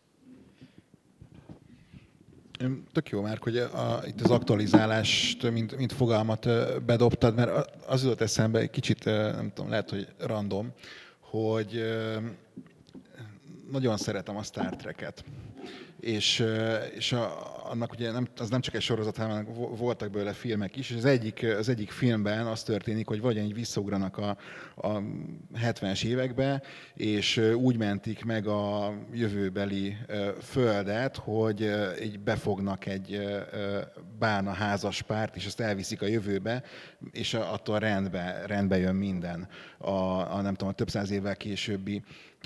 Tök jó, Márk, hogy a, itt az aktualizálást, mint, mint fogalmat bedobtad, mert az jutott eszembe egy kicsit, nem tudom, lehet, hogy random, hogy nagyon szeretem a Star Trek-et. és, és a, annak ugye nem, az nem csak egy sorozat, hanem voltak belőle filmek is, és az egyik, az egyik filmben az történik, hogy vagy így visszaugranak a, a hetvenes évekbe, és úgy mentik meg a jövőbeli földet, hogy így befognak egy bána házas párt, és azt elviszik a jövőbe, és attól rendbe, rendbe jön minden a, a nem tudom, a több száz évvel későbbi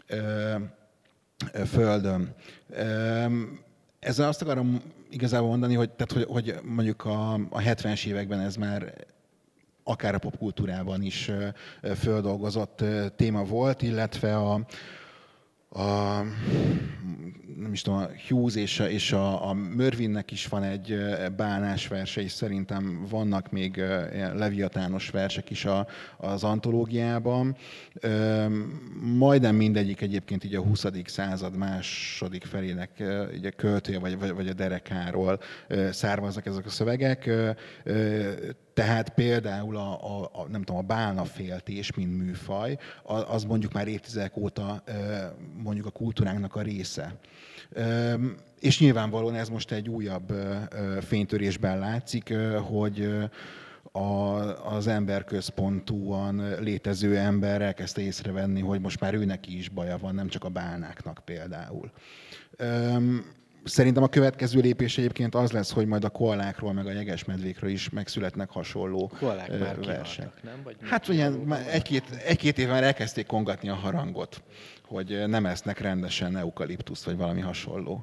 Földön. Ezzel azt akarom igazából mondani, hogy, tehát, hogy, hogy mondjuk a, a hetvenes években ez már akár a popkultúrában is földolgozott téma volt, illetve a, a nem is tudom, a Hughes és a, és a, a Mervinnek is van egy bánás verse, és szerintem vannak még leviatános versek is a, az antológiában. Majdnem mindegyik egyébként így a huszadik század második felének így a költője, vagy, vagy a derekáról származnak ezek a szövegek. Tehát például a, a, a, nem tudom, a bálnaféltés, mint műfaj, az mondjuk már évtizedek óta mondjuk a kultúránknak a része. És nyilvánvalóan ez most egy újabb fénytörésben látszik, hogy az emberközpontúan létező ember elkezdte észrevenni, hogy most már őneki is baja van, nem csak a bálnáknak például. Szerintem a következő lépés egyébként az lesz, hogy majd a koalákról, meg a jegesmedvékről is megszületnek hasonló koalák már versek. Nem? Vagy hát ugyan egy-két, egy-két év már elkezdték kongatni a harangot, hogy nem esznek rendesen eukaliptuszt, vagy valami hasonló.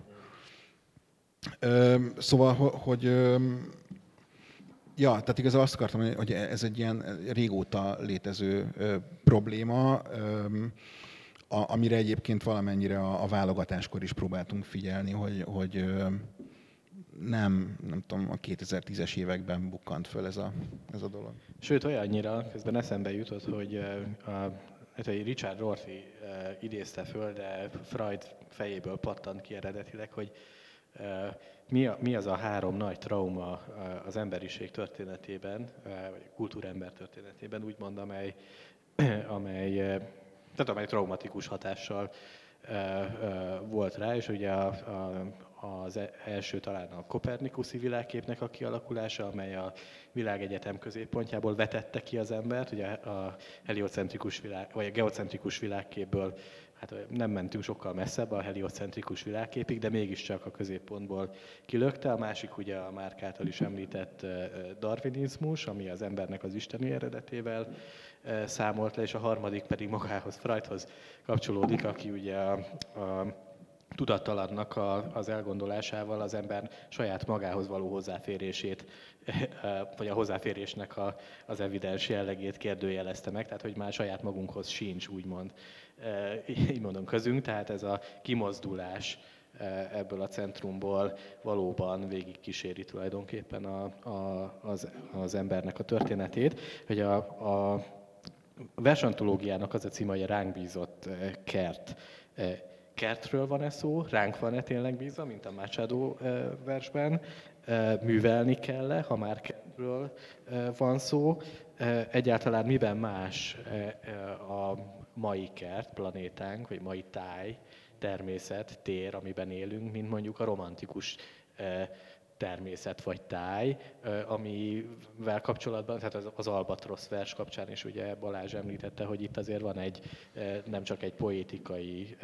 Szóval, hogy... Ja, tehát igazából azt akartam mondani, hogy ez egy ilyen régóta létező probléma, amire egyébként valamennyire a, a válogatáskor is próbáltunk figyelni, hogy, hogy nem, nem tudom, a kétezer-tízes években bukkant föl ez a, ez a dolog. Sőt, olyannyira, közben eszembe jutott, hogy a, hát, hogy Richard Rorty idézte föl, de Freud fejéből pattant ki eredetileg, hogy mi, a, mi az a három nagy trauma az emberiség történetében, vagy a kultúrember történetében, úgymond, amely, amely tehát amely traumatikus hatással e, e, volt rá, és ugye a, a, az első talán a kopernikuszi világképnek a kialakulása, amely a világegyetem középpontjából vetette ki az embert, ugye a heliocentrikus világ, vagy a geocentrikus világképből, hát nem mentünk sokkal messzebb a heliocentrikus világképig, de mégiscsak a középpontból kilökte. A másik ugye a Márk által is említett darwinizmus, ami az embernek az isteni eredetével számolt le, és a harmadik pedig magához, Freudhoz kapcsolódik, aki ugye a, a tudattalannak a, az elgondolásával az ember saját magához való hozzáférését, vagy a hozzáférésnek a, az evidens jellegét kérdőjelezte meg, tehát hogy már saját magunkhoz sincs, úgymond, így mondom, közünk, tehát ez a kimozdulás ebből a centrumból valóban végigkíséri tulajdonképpen a, a, az, az embernek a történetét, hogy a, a versantológiának az a címe, hogy a ránk bízott kert. Kertről van-e szó? Ránk van-e tényleg bízva, mint a Machado versben? Művelni kell-e, ha már kertről van szó? Egyáltalán miben más a mai kert, planétánk, vagy mai táj, természet, tér, amiben élünk, mint mondjuk a romantikus természet vagy táj, amivel kapcsolatban, tehát az Albatrosz vers kapcsán is ugye Balázs említette, hogy itt azért van egy, nem csak egy poétikai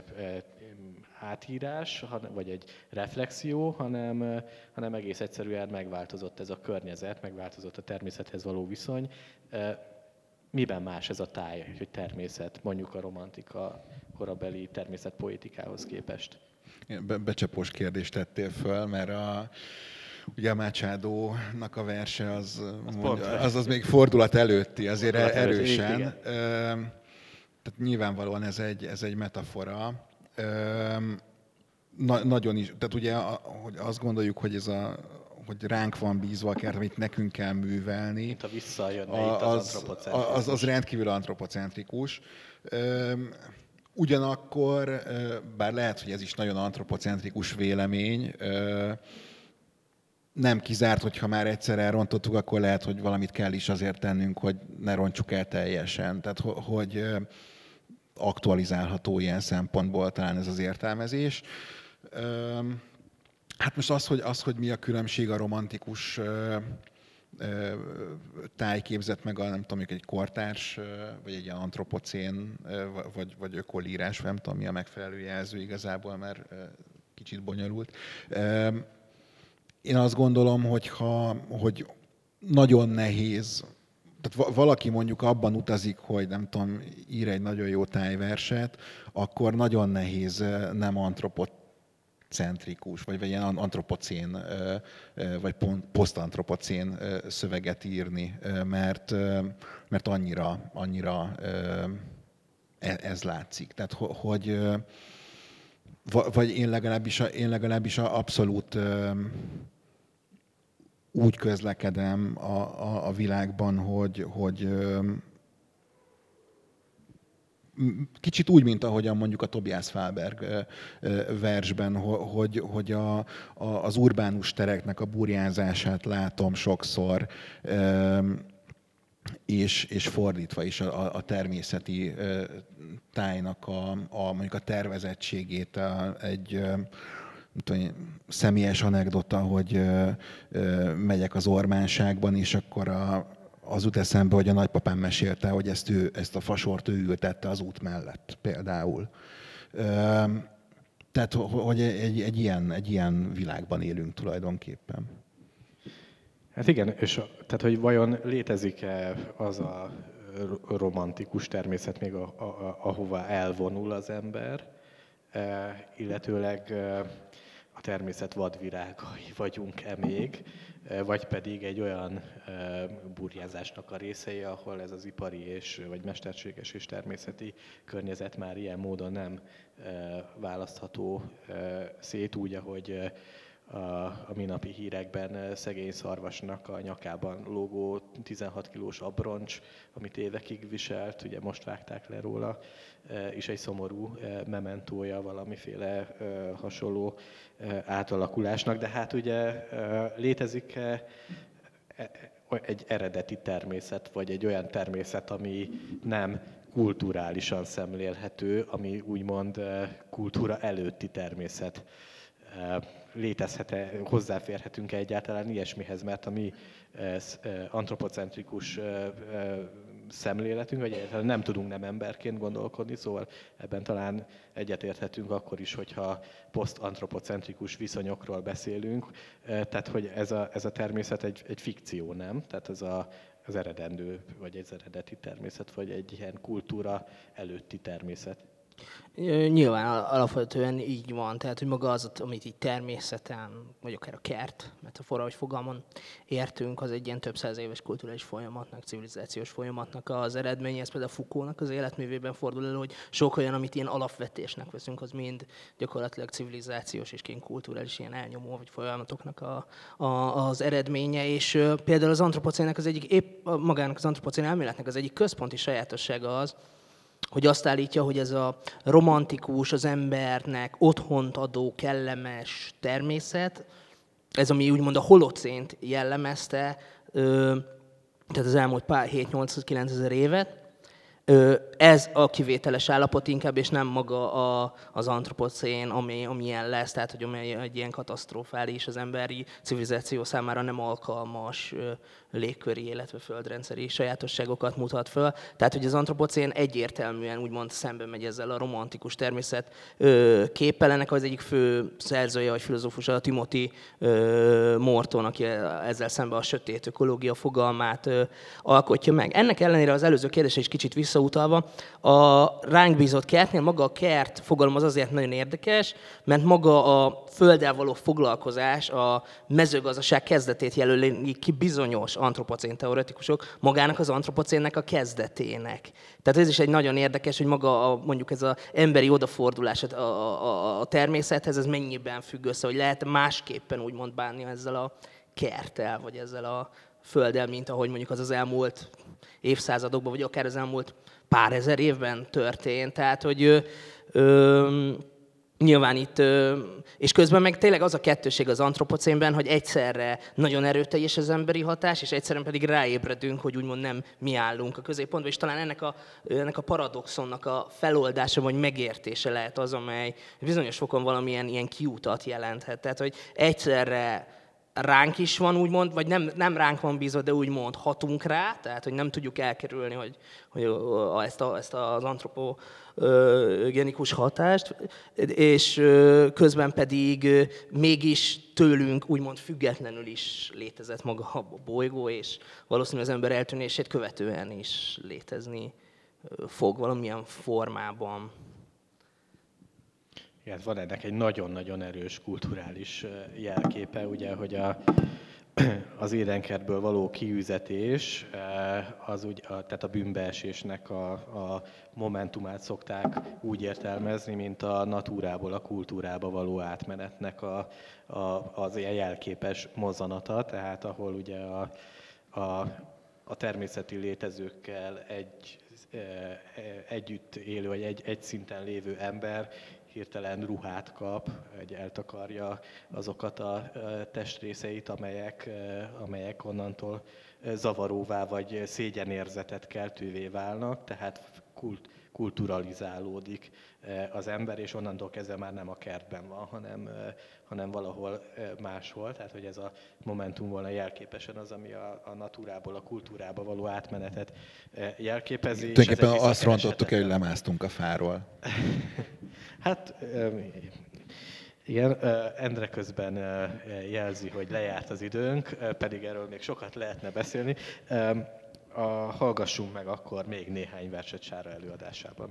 átírás, vagy egy reflexió, hanem, hanem egész egyszerűen megváltozott ez a környezet, megváltozott a természethez való viszony. Miben más ez a táj, hogy természet, mondjuk a romantika korabeli természetpoétikához képest? Be, becsapós kérdést tettél föl, mert a, ugye a Machado-nak a verse az, az, mondja, az, az még fordulat előtti, azért fordulat erősen. Előtt, Tehát nyilvánvalóan ez egy, ez egy metafora. Na, nagyon is, tehát ugye hogy azt gondoljuk, hogy ez a hogy ránk van bízva a kert, amit nekünk kell művelni. Mint ha visszajönne itt az, az antropocentrikus. Az, az rendkívül antropocentrikus. Ugyanakkor, bár lehet, hogy ez is nagyon antropocentrikus vélemény, nem kizárt, hogyha már egyszer elrontottuk, akkor lehet, hogy valamit kell is azért tennünk, hogy ne rontsuk el teljesen. Tehát, hogy aktualizálható ilyen szempontból talán ez az értelmezés. Hát most az, hogy, az, hogy mi a különbség a romantikus tájképzet meg a, nem tudom, egy kortárs, vagy egy ilyen antropocén, vagy, vagy ökolírás, vagy nem tudom, mi a megfelelő jelző igazából, mert kicsit bonyolult. Én azt gondolom, hogy, ha, hogy nagyon nehéz, tehát valaki mondjuk abban utazik, hogy nem tudom, ír egy nagyon jó tájverset, akkor nagyon nehéz nem antropocentrikus, vagy, vagy ilyen antropocén, vagy posztantropocén szöveget írni, mert, mert annyira, annyira ez látszik. Tehát, hogy vagy én legalábbis, én legalábbis abszolút úgy közlekedem a, a, a világban, hogy, hogy kicsit úgy, mint ahogyan mondjuk a Tobias Falberg versben, hogy, hogy a, a, az urbánus tereknek a burjánzását látom sokszor, és, és fordítva is a, a természeti tájnak a, a, mondjuk a tervezettségét a, egy tudom, személyes anekdota, hogy ö, ö, megyek az Ormánságban, és akkor a, az jut eszembe, hogy a nagypapám mesélte, hogy ezt, ő, ezt a fasort ő ültette az út mellett például. Ö, tehát, hogy egy, egy, ilyen, egy ilyen világban élünk tulajdonképpen. Hát igen, és tehát, hogy vajon létezik-e az a romantikus természet még, a, a, ahova elvonul az ember, e, illetőleg e, a természet vadvirágai vagyunk-e még, e, vagy pedig egy olyan e, burjázásnak a részei, ahol ez az ipari és, vagy mesterséges és természeti környezet már ilyen módon nem e, választható e, szét, úgy, ahogy e, a, a minapi hírekben szegény szarvasnak a nyakában lógó tizenhat kilós abroncs, amit évekig viselt, ugye most vágták le róla, és egy szomorú mementója valamiféle hasonló átalakulásnak. De hát ugye létezik egy eredeti természet, vagy egy olyan természet, ami nem kulturálisan szemlélhető, ami úgymond kultúra előtti természet. Létezhet-e, hozzáférhetünk-e egyáltalán ilyesmihez, mert a mi antropocentrikus szemléletünk, vagy egyáltalán nem tudunk nem emberként gondolkodni, szóval ebben talán egyetérthetünk akkor is, hogyha posztantropocentrikus viszonyokról beszélünk, tehát hogy ez a, ez a természet egy, egy fikció, nem? Tehát ez a, az eredendő, vagy egy eredeti természet, vagy egy ilyen kultúra előtti természet. Nyilván alapvetően így van, tehát hogy maga az, amit így természeten, vagy akár a kert, metafora, hogy fogalmon értünk, az egy ilyen több száz éves kulturális folyamatnak, civilizációs folyamatnak az eredménye. Ez például Foucaultnak az életművében fordul elő, hogy sok olyan, amit ilyen alapvetésnek veszünk, az mind gyakorlatilag civilizációs és ilyen kulturális ilyen elnyomó vagy folyamatoknak a, a, az eredménye. És például az antropocénnek az egyik, épp magának az antropocén elméletnek az egyik központi sajátossága az, hogy azt állítja, hogy ez a romantikus, az embernek otthont adó, kellemes természet, ez ami úgymond a holocént jellemezte, tehát az elmúlt pár hét-nyolc-kilenc ezer évet, ez a kivételes állapot inkább, és nem maga a, az antropocén, ami, amilyen lesz, tehát hogy amely egy ilyen katasztrofális, az emberi civilizáció számára nem alkalmas légköri, illetve földrendszeri sajátosságokat mutat föl. Tehát, hogy az antropocén egyértelműen úgymond szembe megy ezzel a romantikus természet képpel. Ennek az egyik fő szerzője vagy filozófusa a Timothy Morton, aki ezzel szemben a sötét ökológia fogalmát alkotja meg. Ennek ellenére az előző kérdésre is kicsit visszautalva, a ránk bízott kertnél maga a kert fogalom az azért nagyon érdekes, mert maga a földdel való foglalkozás a mezőgazdaság kezdetét jelöli ki bizonyos antropocén teoretikusok magának az antropocénnek a kezdetének. Tehát ez is egy nagyon érdekes, hogy maga a, mondjuk ez az emberi odafordulás a, a, a természethez, ez mennyiben függ össze, hogy lehet másképpen úgymond bánni ezzel a kerttel, vagy ezzel a földdel, mint ahogy mondjuk az az elmúlt évszázadokban, vagy akár az elmúlt pár ezer évben történt. Tehát, hogy ö, ö, Nyilván itt, és közben meg tényleg az a kettőség az antropocénben, hogy egyszerre nagyon erőteljes az emberi hatás, és egyszerűen pedig ráébredünk, hogy úgymond nem mi állunk a középpontban, és talán ennek a, ennek a paradoxonnak a feloldása vagy megértése lehet az, amely bizonyos fokon valamilyen ilyen kiutat jelenthet. Tehát, hogy egyszerre ránk is van, úgymond, vagy nem, nem ránk van bízva, de úgymond hatunk rá, tehát, hogy nem tudjuk elkerülni, hogy, hogy ezt, a, ezt az antropogenikus hatást, és közben pedig mégis tőlünk úgymond függetlenül is létezett maga a bolygó, és valószínűleg az ember eltűnését követően is létezni fog valamilyen formában. Igen, van ennek egy nagyon-nagyon erős kulturális jelképe, ugye, hogy a, az édenkertből való kiüzetés, az úgy, a, tehát a bűnbeesésnek a, a momentumát szokták úgy értelmezni, mint a natúrából a kultúrába való átmenetnek a, a, az ilyen jelképes mozzanata, tehát ahol ugye a, a, a természeti létezőkkel egy, együtt élő, vagy egy, egy szinten lévő ember hirtelen ruhát kap, hogy eltakarja azokat a testrészeit, amelyek, amelyek onnantól zavaróvá vagy szégyenérzetet keltővé válnak, tehát kult, kulturalizálódik az ember, és onnantól kezdve már nem a kertben van, hanem, hanem valahol máshol. Tehát, hogy ez a momentum volna jelképesen az, ami a, a natúrából a kultúrába való átmenetet jelképezi. Tulajdonképpen azt rontottuk el, hogy lemásztunk a fáról. Hát igen, Endre közben jelzi, hogy lejárt az időnk, pedig erről még sokat lehetne beszélni. A, hallgassunk meg akkor még néhány verset Sára előadásában.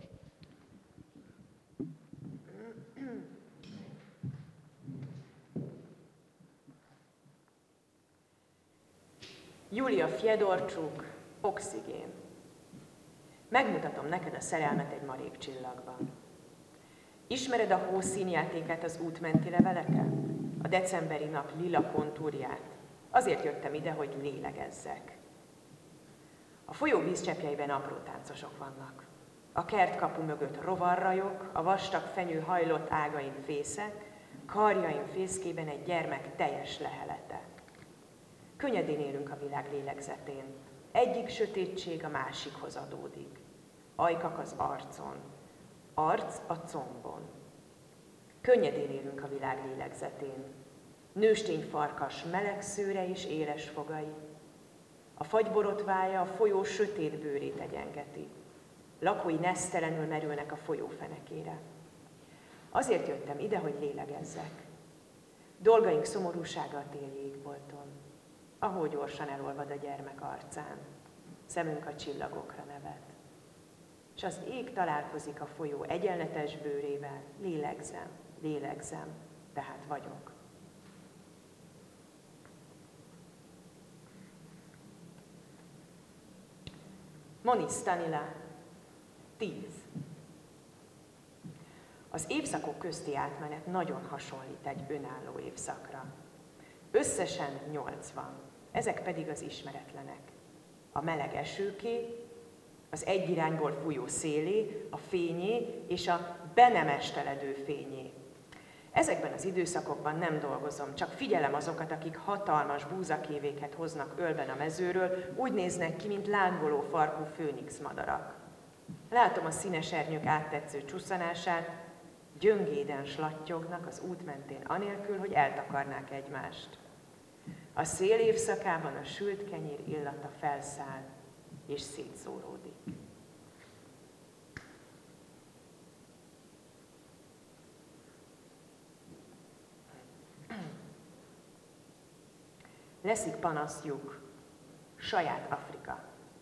Julia Fjodorcsuk, Oxigén. Megmutatom neked a szerelmet egy marék csillagban. Ismered a hó színjátékát az útmenti leveleken? A decemberi nap lila kontúrját? Azért jöttem ide, hogy lélegezzek. A folyó vízcseppjeiben apró táncosok vannak. A kertkapu mögött rovarrajok, a vastag fenyő hajlott ágain fészek, karjaim fészkében egy gyermek teljes lehelete. Könnyedén élünk a világ lélegzetén. Egyik sötétség a másikhoz adódik. Ajkak az arcon, arc a combon. Könnyedén élünk a világ lélegzetén. Nőstény farkas meleg szőre és éles fogai. A fagyborotvája a folyó sötét bőrét egyengeti. Lakói nesztelenül merülnek a folyó fenekére. Azért jöttem ide, hogy lélegezzek. Dolgaink szomorúsága a téli égbolton. Ahol gyorsan elolvad a gyermek arcán. Szemünk a csillagokra nevet. És az ég találkozik a folyó egyenletes bőrével. Lélegzem, lélegzem, tehát vagyok. Moni Stanila, tíz. Az évszakok közti átmenet nagyon hasonlít egy önálló évszakra. Összesen nyolc van, ezek pedig az ismeretlenek. A meleg esőké, az egy irányból fújó szélé, a fényé és a be nem esteledő fényé. Ezekben az időszakokban nem dolgozom, csak figyelem azokat, akik hatalmas búzakévéket hoznak ölben a mezőről, úgy néznek ki, mint lángoló farkú főnix madarak. Látom a színes ernyők áttetsző csusszanását, gyöngéden slattyognak az út mentén anélkül, hogy eltakarnák egymást. A szél évszakában a sült kenyér illata felszáll és szétszóródik. Leszik panaszjuk, saját Afrika.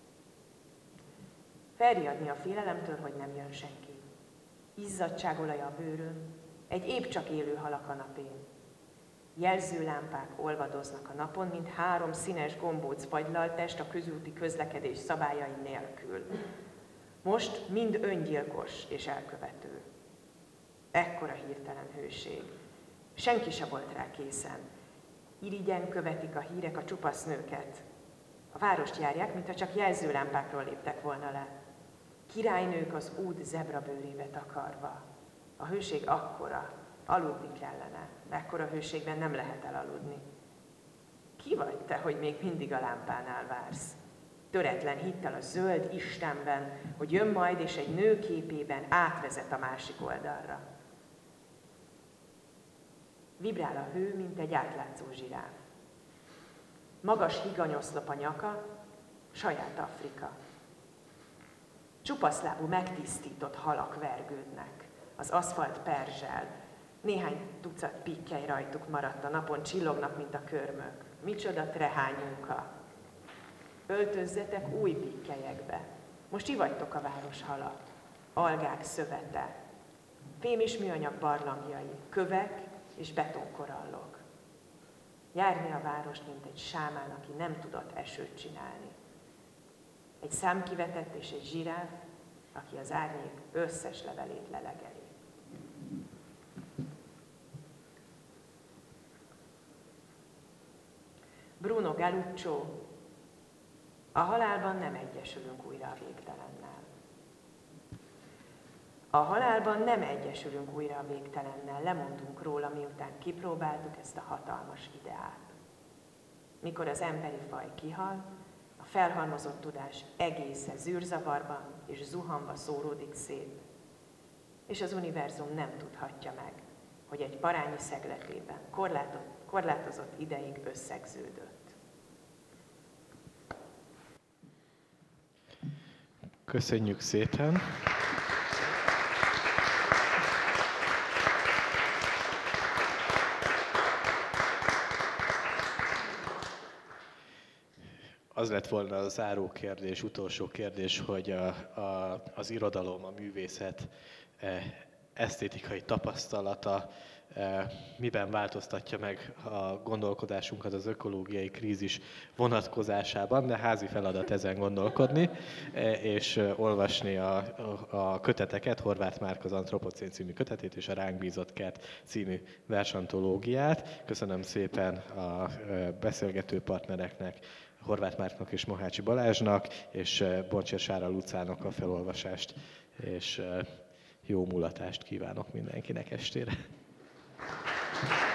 Felriadni a félelemtől, hogy nem jön senki. Izzadságolaja a bőrön, egy épp csak élő hal a kanapén. Jelzőlámpák olvadoznak a napon, mint három színes gombóc fagylaltest a közúti közlekedés szabályai nélkül. Most mind öngyilkos és elkövető. Ekkora hirtelen hőség. Senki se volt rá készen. Irigyen követik a hírek a csupasz nőket. A várost járják, mintha csak jelzőlámpákról léptek volna le. Királynők az út zebrabőrébe takarva. A hőség akkora, aludni kellene, de ekkora hőségben nem lehet elaludni. Ki vagy te, hogy még mindig a lámpánál vársz? Töretlen hittel a zöld Istenben, hogy jön majd és egy nő képében átvezet a másik oldalra. Vibrál a hő, mint egy átlátszó zsiráf. Magas higanyoszlop a nyaka, saját Afrika. Csupaszlábú megtisztított halak vergődnek, az aszfalt perzsel, néhány tucat pikkely rajtuk maradt a napon, csillognak, mint a körmök. Micsoda trehány munka! Öltözzetek új pikkelyekbe. Most ti vagytok a város hala, algák szövete, fém és műanyag barlangjai, kövek és betonkorallok. Járni a várost, mint egy sámán, aki nem tudott esőt csinálni. Egy számkivetett és egy zsiráf, aki az árnyék összes levelét lelegeli. Bruno Galluccio: a halálban nem egyesülünk újra a végtelennel. A halálban nem egyesülünk újra a végtelennel, lemondunk róla, miután kipróbáltuk ezt a hatalmas ideát. Mikor az emberi faj kihal, a felhalmozott tudás egészen zűrzavarban és zuhanva szóródik szét, és az univerzum nem tudhatja meg, hogy egy parányi szegletében korlátozott ideig összegződött. Köszönjük szépen! Az lett volna a záró kérdés, utolsó kérdés, hogy a, a, az irodalom, a művészet esztétikai tapasztalata miben változtatja meg a gondolkodásunkat az ökológiai krízis vonatkozásában, de házi feladat ezen gondolkodni, és olvasni a, a, a köteteket, Horváth Márk az Antropocén című kötetét, és a Ránk bízott kert című versantológiát. Köszönöm szépen a beszélgető partnereknek, Horváth Márknak és Mohácsi Balázsnak, és Boncsér Sára Lucának a felolvasást, és jó mulatást kívánok mindenkinek estére.